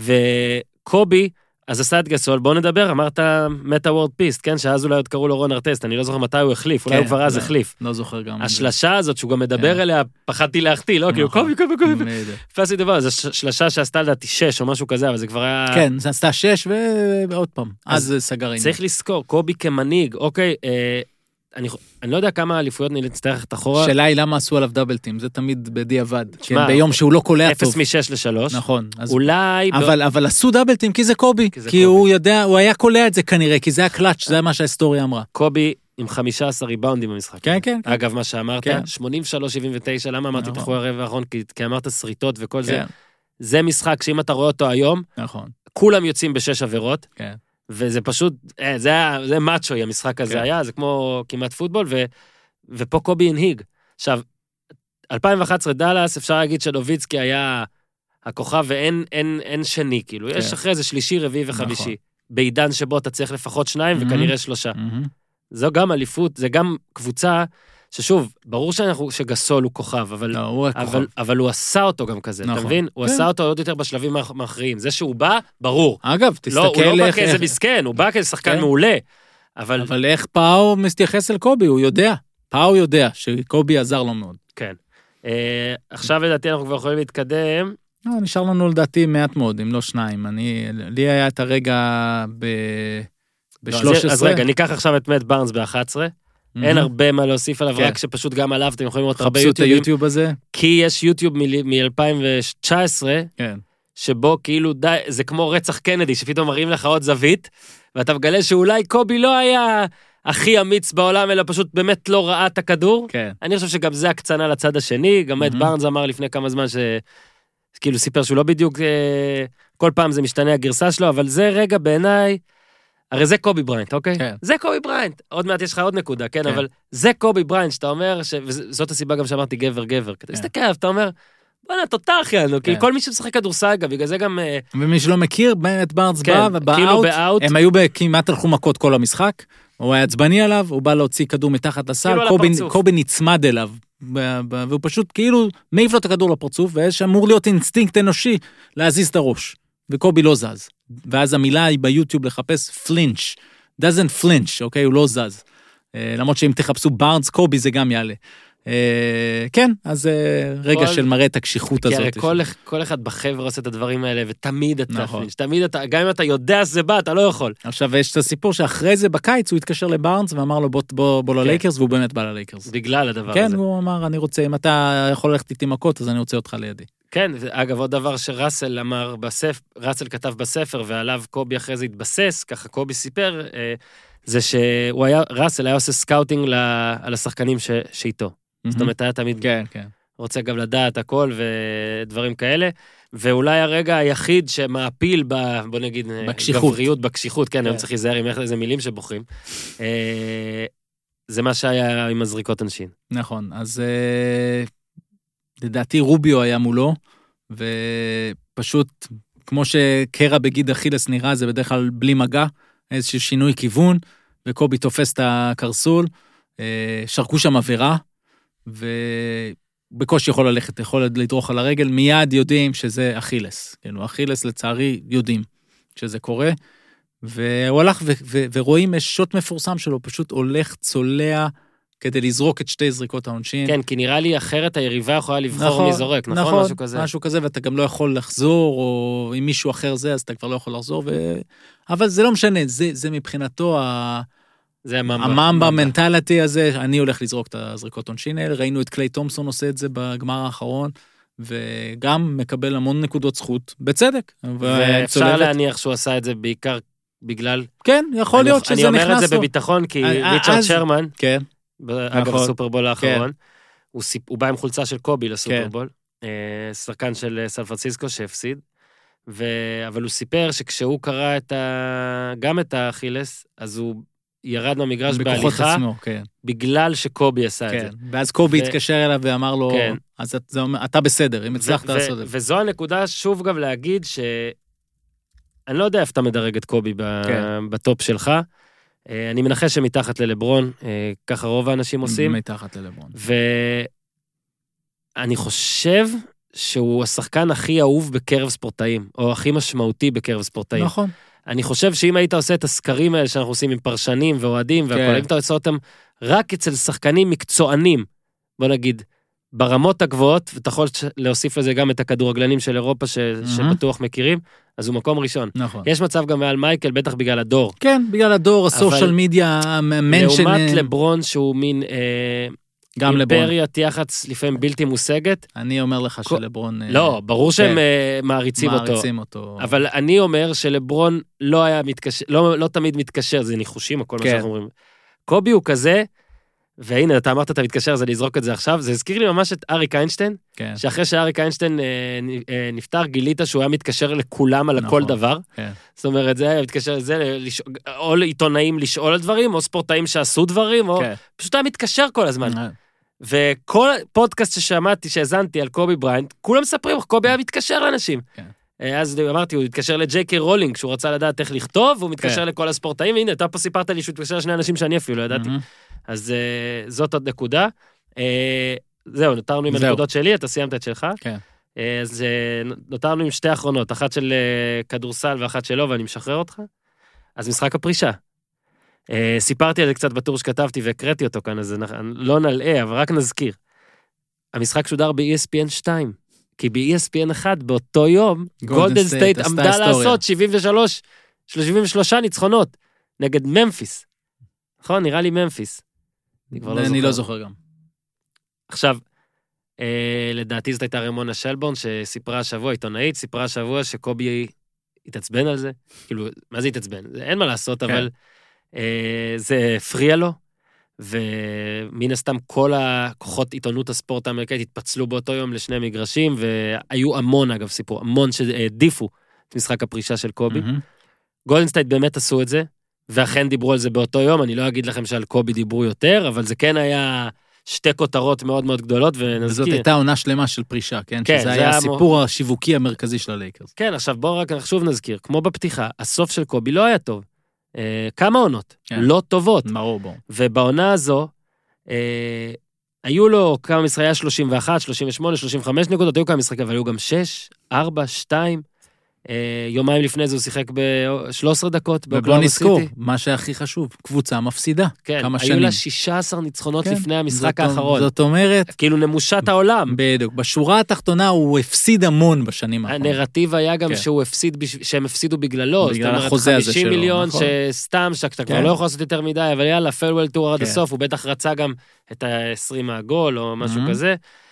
וקובי, אז עשה את גסול, בואו נדבר, אמרת מטה וורד פיסט, כן, שאז אולי עוד קראו לו רון ארטסט, אני לא זוכר מתי הוא החליף, אולי הוא כבר אז החליף. לא זוכר גם. השלשה הזאת שהוא גם מדבר אליה, פחדתי להחטיא, לא, כאילו קובי, קובי, קובי. פסי דבר, זו שלשה שעשתה לדעתי שש או משהו כזה, אבל זה כבר היה... כן, זה עשתה שש ועוד פעם, אז סגר עניין. צריך לזכור, קובי כמנהיג, אוקיי, אני, אני לא יודע כמה אליפויות נצטרך את אחורה. שאלה היא למה עשו עליו דאבלטים, זה תמיד בדיעבד. כן, ביום שהוא לא קולע טוב. אפס משש לשלוש. נכון. אולי... אבל, אבל עשו דאבלטים כי זה קובי. כי, זה כי קובי. הוא יודע, הוא היה קולע את זה כנראה, כי זה הקלאץ', זה מה שההיסטוריה אמרה. קובי עם חמישה עשר ריבאונדים במשחק. כן, כן. אגב, מה שאמרת, כן. שמונים ושלוש שבעים ותשע, למה אמרתי את אחורה הרבע האחרון? כי, כי אמרת שריטות וכל כן. זה. זה משחק שאם אתה רואה אותו היום, נכון. כולם יוצאים בשש עבירות. כן. וזה פשוט, זה, זה מאצ'וי, המשחק הזה כן. היה, זה כמו כמעט פוטבול, ו, ופה קובי הנהיג. עכשיו, אלפיים ואחת עשרה דלס, אפשר להגיד שנוביצקי היה הכוכב, ואין אין, אין שני, כאילו, כן. יש אחרי זה שלישי, רביעי וחמישי, נכון. בעידן שבו אתה צריך לפחות שניים, mm-hmm. וכנראה שלושה. Mm-hmm. זו גם אליפות, זה גם קבוצה, ששוב, ברור שאנחנו, שגסול הוא כוכב, אבל, לא, הוא אבל, אבל הוא עשה אותו גם כזה, נכון. אתה מבין? הוא כן. עשה אותו עוד יותר בשלבים האחרים. זה שהוא בא, ברור. אגב, תסתכל לא, הוא לא איך... בא כאיזה מסכן, הוא בא כאיזה שחקן כן. מעולה. אבל... אבל איך פאו מתייחס אל קובי? הוא יודע. פאו יודע שקובי עזר לו מאוד. כן. אה, עכשיו לדעתי אנחנו כבר יכולים להתקדם. לא, נשאר לנו לדעתי מעט מאוד, אם לא שניים. אני, לי היה את הרגע ב... ב-שלוש עשרה. אז רגע, ניקח עכשיו את מאט בארנס ב-אחת עשרה. אין הרבה מה להוסיף עליו, רק שפשוט גם עליו אתם יכולים לראות הרבה יוטיובים. חפשו את היוטיוב הזה. כי יש יוטיוב מ-אלפיים תשע עשרה, שבו כאילו די, זה כמו רצח קנדי, שפתאום מראים לך עוד זווית, ואתה מגלה שאולי קובי לא היה הכי אמיץ בעולם, אלא פשוט באמת לא ראה את הכדור. אני חושב שגם זה הקצנה לצד השני, גם מאט בארנס אמר לפני כמה זמן שכאילו סיפר שהוא לא בדיוק, כל פעם זה משתנה הגרסה שלו, אבל זה רגע בעיניי, הרי זה קובי בריינט, אוקיי? כן. זה קובי בריינט. עוד מעט יש לך עוד נקודה, כן? כן. אבל זה קובי בריינט, שאתה אומר, ש... וזאת הסיבה גם שאמרתי גבר גבר. כן. אתה מסתכל, אתה אומר, בוא'נה, תותח יענו, כן. כי כל מי שמשחק כדורסל, אגב, בגלל זה גם... ומי שלא מכיר, מאט בארנס כן, בא ובאוט, כאילו באוט, הם היו כמעט הלכו מכות כל המשחק, הוא היה עצבני עליו, הוא בא להוציא כדור מתחת לסל, כאילו קובי, קובי נצמד אליו, והוא פשוט כאילו מעיף לו את הכדור לפרצוף, ויש אמור להיות אינסטינקט אנושי להזיז את הראש, וקובי לא זז. ואז המילה היא ביוטיוב לחפש פלינץ', doesn't flinch, אוקיי? הוא לא זז. למרות שאם תחפשו בארנס, קובי זה גם יעלה. כן, אז רגע של מראה את הקשיחות הזאת. כי הרי כל אחד בחבר עושה את הדברים האלה, ותמיד אתה פלינץ', תמיד אתה, גם אם אתה יודע שזה בא, אתה לא יכול. עכשיו, יש את הסיפור שאחרי זה בקיץ, הוא התקשר לבארנס, ואמר לו בוא ללייקרס, והוא באמת בא ללייקרס. בגלל הדבר הזה. כן, הוא אמר, אני רוצה, אם אתה יכול ללכת איתי מכות, אז אני רוצה אותך לידי. כן, אגב, עוד דבר שראסל אמר בספר, ראסל כתב בספר, ועליו קובי אחרי זה התבסס, ככה קובי סיפר, זה שהוא היה, ראסל היה עושה סקאוטינג על השחקנים שאיתו. זאת אומרת, היה תמיד רוצה גם לדעת הכל ודברים כאלה, ואולי הרגע היחיד שמעפיל, בוא נגיד, גבריות, בקשיחות, כן, היום צריך להיזהר עם איזה מילים שבוחרים, זה מה שהיה עם הזריקות אנשים. נכון, אז... לדעתי רוביו היה מולו, ופשוט כמו שקרע בגיד אכילס נראה, זה בדרך כלל בלי מגע, איזשהו שינוי כיוון, וקובי תופס את הקרסול, שרקו שם עבירה, ובקושי יכול ללכת, יכול לדרוך על הרגל, מיד יודעים שזה אכילס. כאילו, אכילס לצערי יודעים שזה קורה, והוא הלך ו- ו- ורואים יש שוט מפורסם שלו, פשוט הולך, צולע, כדי לזרוק את שתי זריקות העונשין. כן, כי נראה לי אחרת היריבה יכולה לבחור נכון, מי זורק, נכון? נכון, משהו כזה. משהו כזה, ואתה גם לא יכול לחזור, או אם מישהו אחר זה, אז אתה כבר לא יכול לחזור, ו... אבל זה לא משנה, זה, זה מבחינתו ה... זה הממבה. הממבה מנטליטי הזה, אני הולך לזרוק את הזריקות עונשין האלה, ראינו את קליי תומפסון עושה את זה בגמר האחרון, וגם מקבל המון נקודות זכות, בצדק. ואפשר להניח שהוא עשה את זה בעיקר בגלל... כן, יכול להיות שזה נכנס לו. אני אומר את זה בביטחון, כי ריצ'רד שרמן, כן. אגב, הסופרבול האחרון, הוא בא עם חולצה של קובי לסופרבול, שחקן של סן פרנסיסקו שהפסיד, אבל הוא סיפר שכשהוא קרא גם את האכילס, אז הוא ירד מהמגרש בהליכה, בגלל שקובי עשה את זה. ואז קובי התקשר אליו ואמר לו, אז אתה בסדר, אם הצלחת לעשות את זה. וזו הנקודה, שוב גם להגיד ש... אני לא יודע איפה אתה מדרג את קובי בטופ שלך, אני מנחש שמתחת ללברון, ככה רוב האנשים עושים. מתחת ללברון. ואני חושב שהוא השחקן הכי אהוב בקרב ספורטאים, או הכי משמעותי בקרב ספורטאים. נכון. אני חושב שאם היית עושה את הסקרים האלה שאנחנו עושים עם פרשנים ואוהדים, והכל, אם אתה עושה אותם רק אצל שחקנים מקצוענים, בוא נגיד, ברמות הגבוהות, ואתה יכול להוסיף לזה גם את הכדורגלנים של אירופה ש... mm-hmm. שבטוח מכירים, אז הוא מקום ראשון. נכון. יש מצב גם מעל מייקל, בטח בגלל הדור. כן, בגלל הדור, הסושיאל מדיה, המנשן... לעומת לברון שהוא מין אה, גם אימפריית יח"צ לפעמים בלתי מושגת. אני אומר לך שלברון... לא, ברור שהם כן. אה, מעריצים, מעריצים אותו. אותו. אבל אני אומר שלברון לא היה מתקשר, לא, לא תמיד מתקשר, זה ניחושים, הכל כן. מה שאנחנו אומרים. קובי הוא כזה, והנה, אתה אמרת, אתה מתקשר, אז אני אזרוק את זה עכשיו, זה הזכיר לי ממש את אריק איינשטיין, כן. שאחרי שאריק איינשטיין אה, אה, נפטר, גילית שהוא היה מתקשר לכולם על הכל נכון, דבר, כן. זאת אומרת, זה היה מתקשר לזה, לש... או עיתונאים לשאול על דברים, או ספורטאים שעשו דברים, או כן. פשוט היה מתקשר כל הזמן. כן. וכל פודקאסט ששמעתי, שהזנתי על קובי בריינט, כולם מספרים, קובי היה מתקשר לאנשים. כן. אז אמרתי, הוא התקשר לג'יי קיי רולינג, שהוא רצה לדעת איך לכתוב, והוא מתקשר כן. לכל הספורטאים, והנה, אתה פה סיפרת לי שהוא התקשר לשני אנשים שאני אפילו לא ידעתי. Mm-hmm. אז uh, זאת עוד נקודה. Uh, זהו, נותרנו עם הנקודות שלי, אתה סיימת את שלך. כן. Uh, אז uh, נותרנו עם שתי אחרונות, אחת של uh, כדורסל ואחת שלו, ואני משחרר אותך. אז משחק הפרישה. Uh, סיפרתי על זה קצת בטור שכתבתי והקראתי אותו כאן, אז לא נלאה, אבל רק נזכיר. המשחק שודר ב-אי אס פי אן שתיים, כי ב-אי אס פי אן אחד באותו יום, גולדן סטייט עמדה לעשות שבעים ושלוש, שלושים ושלוש ניצחונות, נגד ממפיס. נכון? נראה לי ממפיס. אני כבר לא זוכר. אני לא זוכר גם. עכשיו, אה, לדעתי זאת הייתה רמונה שלבון, שסיפרה השבוע, עיתונאית, סיפרה השבוע שקובי התעצבן על זה. כאילו, מה זה התעצבן? אין מה לעשות, כן. אבל אה, זה הפריע לו, ומן הסתם כל הכוחות עיתונות הספורט האמריקאית התפצלו באותו יום לשני מגרשים, והיו המון, אגב, סיפור, המון שהעדיפו את משחק הפרישה של קובי. Mm-hmm. גולדן סטייט באמת עשו את זה, ואכן דיברו על זה באותו יום, אני לא אגיד לכם שעל קובי דיברו יותר, אבל זה כן היה שתי כותרות מאוד מאוד גדולות, ונזכיר. וזאת הייתה עונה שלמה של פרישה, כן? כן, שזה היה הסיפור השיווקי המרכזי של הלייקרס. כן, עכשיו בואו רק שוב נזכיר, כמו בפתיחה, הסוף של קובי לא היה טוב. אה, כמה עונות, כן. לא טובות. ברור, ברור. ובעונה הזו, אה, היו לו כמה משחקים, היה שלושים ואחת, שלושים ושמונה, שלושים וחמש נקודות, היו כמה משחקים, אבל היו גם שש, ארבע, שתיים, יומיים לפני זה הוא שיחק ב-שלוש עשרה דקות. ובוא נזכור, מה שהכי חשוב, קבוצה מפסידה. כן, היו לה שישה עשר ניצחונות לפני המשחק האחרון. זאת אומרת... כאילו נמושת העולם. בדיוק, בשורה התחתונה הוא הפסיד המון בשנים האחרונות. הנרטיב היה גם שהוא הפסיד, שהם הפסידו בגללו. בגלל החוזה הזה שלו. חמישים מיליון שסתם, שאתה כבר לא יכול לעשות יותר מדי, אבל יאללה, farewell tour עד הסוף, הוא בטח רצה גם את ה-עשרים מהגול או משהו כזה.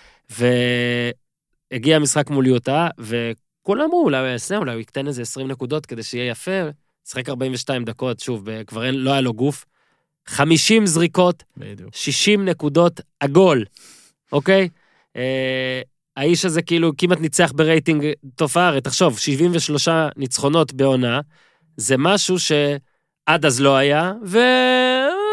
והגיע המשחק מול יוטה, ו כולם אמרו, אולי הוא יעשה, אולי הוא יקטן איזה עשרים נקודות כדי שיהיה יפה, שחק ארבעים ושתיים דקות, שוב, כבר אין, לא היה לו גוף, חמישים זריקות, בדיוק. שישים נקודות עגול, אוקיי? אה, האיש הזה כאילו כמעט ניצח ברייטינג תופעה, תחשוב, שבעים ושלוש ניצחונות בעונה, זה משהו שעד אז לא היה,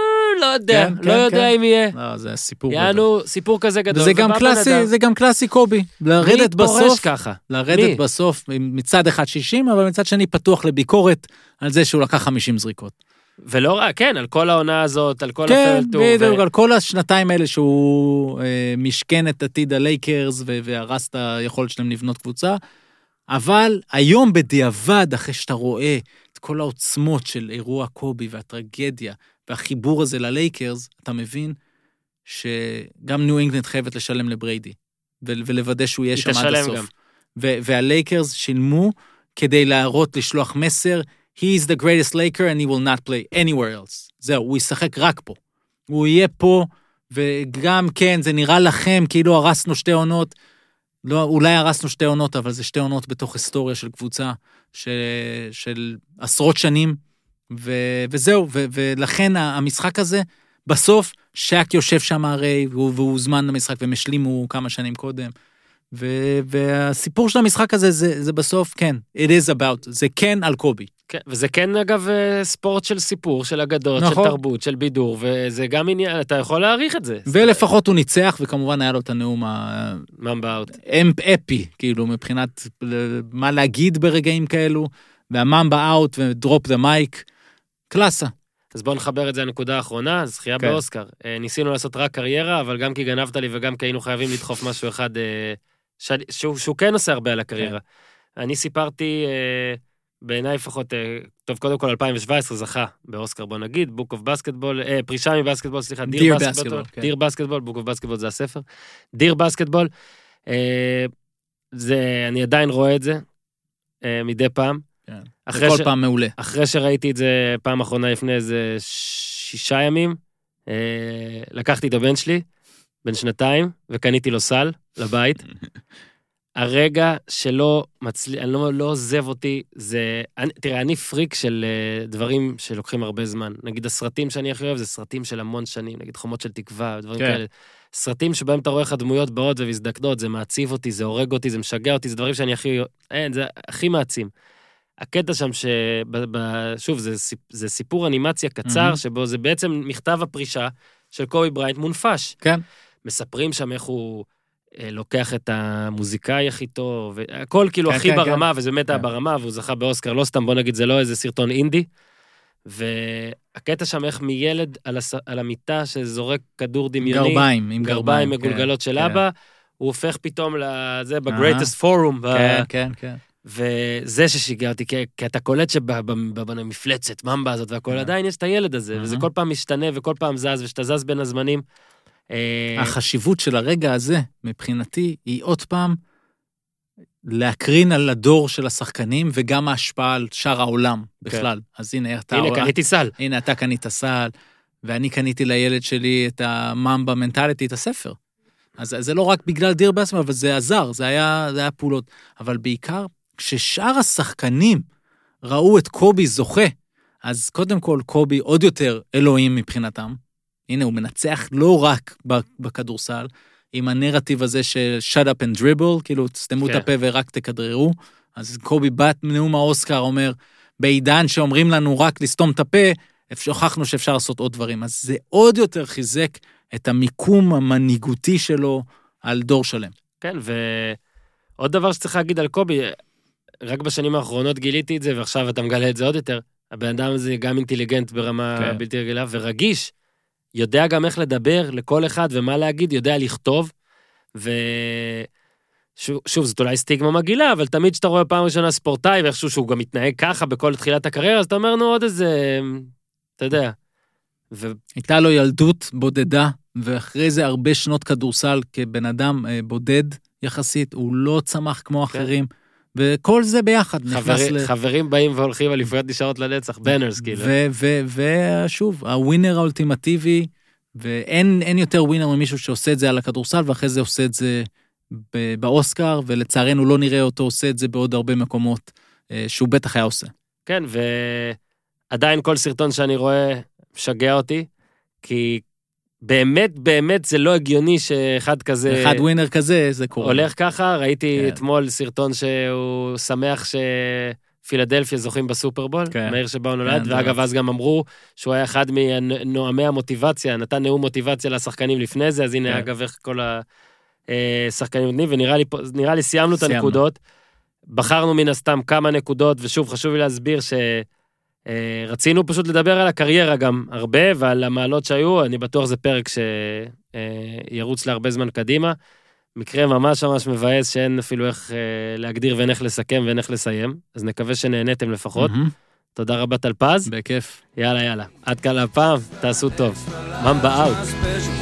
לא יודע, כן, לא כן, יודע כן. אם יהיה. לא, זה סיפור. יענו, סיפור כזה גדול. וזה גם קלאסי, זה גם קלאסי קובי. לרדת מי פורש בסוף, ככה? לרדת מי? בסוף, מצד אחד שישים, אבל מצד שני פתוח לביקורת על זה שהוא לקח חמישים זריקות. ולא רק, כן, על כל העונה הזאת, על כל כן, הפרטור. בדיוק, על כל השנתיים האלה שהוא אה, משכן את עתיד הלייקרס, ו- והרס את היכולת שלהם לבנות קבוצה, אבל היום בדיעבד, אחרי שאתה רואה את כל העוצמות של אירוע קובי והטרגדיה, והחיבור הזה ללייקרס, אתה מבין שגם ניו אינגלנד חייבת לשלם לבריידי, ו- ולוודא שהוא יהיה שם עד הסוף. גם. ו- והלייקרס שילמו כדי להראות, לשלוח מסר, he is the greatest Laker and he will not play anywhere else. זהו, הוא ישחק רק פה. הוא יהיה פה, וגם כן, זה נראה לכם כאילו הרסנו שתי עונות, לא, אולי הרסנו שתי עונות, אבל זה שתי עונות בתוך היסטוריה של קבוצה, של, של עשרות שנים, ו, וזהו, ו, ולכן המשחק הזה, בסוף, שק יושב שם הרי, והוא, והוא זמן למשחק, והם השלימו כמה שנים קודם, ו- והסיפור של המשחק הזה, זה, זה בסוף, כן, it is about, זה כן על קובי. כן, וזה כן, אגב, ספורט של סיפור, של אגדות, נכון. של תרבות, של בידור, וזה גם עניין, אתה יכול להעריך את זה. ולפחות הוא ניצח, וכמובן היה לו את הנאום ה... ממבה אאוט. אפי, כאילו, מבחינת מה להגיד ברגעים כאלו, והממבה אאוט, ודרופ דה מייק, קלאסה. אז בואו נחבר את זה לנקודה האחרונה, זכייה כן. באוסקר. ניסינו לעשות רק קריירה, אבל גם כי גנבת לי וגם כי היינו חייבים לדחוף משהו אחד, ש... שהוא, שהוא כן עושה הרבה על הקריירה. כן. אני סיפרתי, בעיניי לפחות, טוב, קודם כל אלפיים שבע עשרה זכה באוסקר, בוא נגיד, בוק אוף בסקטבול, פרישה מבסקטבול, סליחה, דיר בסקטבול, דיר בסקטבול, בוק אוף בסקטבול זה הספר, דיר בסקטבול, זה, אני עדיין רואה את זה, מדי פעם. כן. זה כל ש... פעם מעולה. אחרי שראיתי את זה פעם אחרונה לפני איזה שישה ימים, לקחתי את הבן שלי, בן שנתיים, וקניתי לו סל לבית. הרגע שלא מצליח, אני לא, לא עוזב אותי, זה, אני, תראה, אני פריק של uh, דברים שלוקחים הרבה זמן. נגיד, הסרטים שאני הכי אוהב, זה סרטים של המון שנים, נגיד, חומות של תקווה, דברים כן. כאלה. סרטים שבהם אתה רואה איך הדמויות באות ומזדקנות, זה מעציב אותי, זה הורג אותי, זה משגע אותי, זה דברים שאני הכי, אין, זה הכי מעצים. הקטע שם ש... ב, ב, שוב, זה, זה סיפור אנימציה קצר, mm-hmm. שבו זה בעצם מכתב הפרישה של קובי בריינט מונפש. כן. מספרים שם איך הוא לוקח את המוזיקאי הכי טוב, והכל כאילו כן, הכי כן, ברמה, כן. וזה באמת היה כן. ברמה, והוא זכה באוסקר, לא סתם, בוא נגיד, זה לא איזה סרטון אינדי, והקטע שם איך מילד על, הס... על המיטה שזורק כדור דמיוני, גרביים, עם גרביים גרביים, מגולגלות כן, של כן. אבא, הוא הופך פתאום לזה, ב-Greatest Forum, ב... כן, כן, כן. וזה ששיגע אותי, כי, כי אתה קולט שבמפלצת, ממבה הזאת והכל, עדיין יש את הילד הזה, וזה כל פעם משתנה וכל פעם זז, ושאתה זז בין הזמנים. החשיבות של הרגע הזה, מבחינתי, היא עוד פעם להקרין על הדור של השחקנים, וגם ההשפעה על שאר העולם בכלל. אז הנה, אתה... הנה, קניתי סל. הנה, אתה קנית סל, ואני קניתי לילד שלי את הממבה מנטליטי, את הספר. אז זה לא רק בגלל דיר בסקטבול, אבל זה עזר, זה היה, זה היה פעולות. אבל בעיקר, כששאר השחקנים ראו את קובי זוכה, אז קודם כל קובי עוד יותר אלוהים מבחינתם. הנה, הוא מנצח לא רק בכדורסל, עם הנרטיב הזה של shut up and dribble, כאילו תסתמו את הפה ורק תכדררו. אז קובי בת מנאום האוסקר אומר, בעידן שאומרים לנו רק לסתום את הפה, הוכחנו שאפשר לעשות עוד דברים. אז זה עוד יותר חיזק את המיקום המנהיגותי שלו על דור שלם. כן, ועוד דבר שצריך להגיד על קובי, רק בשנים האחרונות גיליתי את זה, ועכשיו אתה מגלה את זה עוד יותר, הבן אדם הזה גם אינטליגנט ברמה כן. בלתי רגילה, ורגיש, יודע גם איך לדבר לכל אחד ומה להגיד, יודע לכתוב, ושוב, זאת אולי סטיגמה מגעילה, אבל תמיד שאתה רואה פעם ראשונה ספורטאי, ואיכשהו שהוא גם מתנהג ככה בכל תחילת הקריירה, אז אתה אומר, נו, עוד איזה, אתה יודע. ו... הייתה לו ילדות בודדה, ואחרי זה הרבה שנות כדורסל כבן אדם בודד יחסית, הוא לא צמח כמו אחרים, וכל זה ביחד נכנס ל... חברים באים והולכים, אליפויות נשארות לנצח, בנרס כאילו. ושוב, הווינר האולטימטיבי, ואין יותר ווינר ממישהו שעושה את זה על הכדורסל, ואחרי זה עושה את זה באוסקר, ולצערנו לא נראה אותו עושה את זה בעוד הרבה מקומות, שהוא בטח היה עושה. כן, ועדיין כל סרטון שאני רואה משגע אותי, כי באמת, באמת זה לא הגיוני שאחד כזה... אחד ווינר כזה, זה קורה. הולך ככה, ראיתי כן. אתמול סרטון שהוא שמח פילדלפיה זוכים בסופרבול, כן. מהעיר שבה הוא נולד, כן, ואגב, זה... אז גם אמרו שהוא היה אחד מנועמי המוטיבציה, נתן נאום מוטיבציה לשחקנים לפני זה, אז הנה, כן. אגב, איך כל השחקנים נותנים, ונראה לי, נראה לי סיימנו את הנקודות, בחרנו מן הסתם כמה נקודות, ושוב, חשוב לי להסביר שרצינו פשוט לדבר על הקריירה גם הרבה, ועל המעלות שהיו, אני בטוח זה פרק שירוץ להרבה זמן קדימה, מקרה ממש ממש מבאס שאין אפילו איך להגדיר ואין איך לסכם ואין איך לסיים, אז נקווה שנהניתם לפחות. תודה רבה טלפז. בכיף. יאללה יאללה, עד כאן הפעם, תעשו טוב. ממבה אאוט.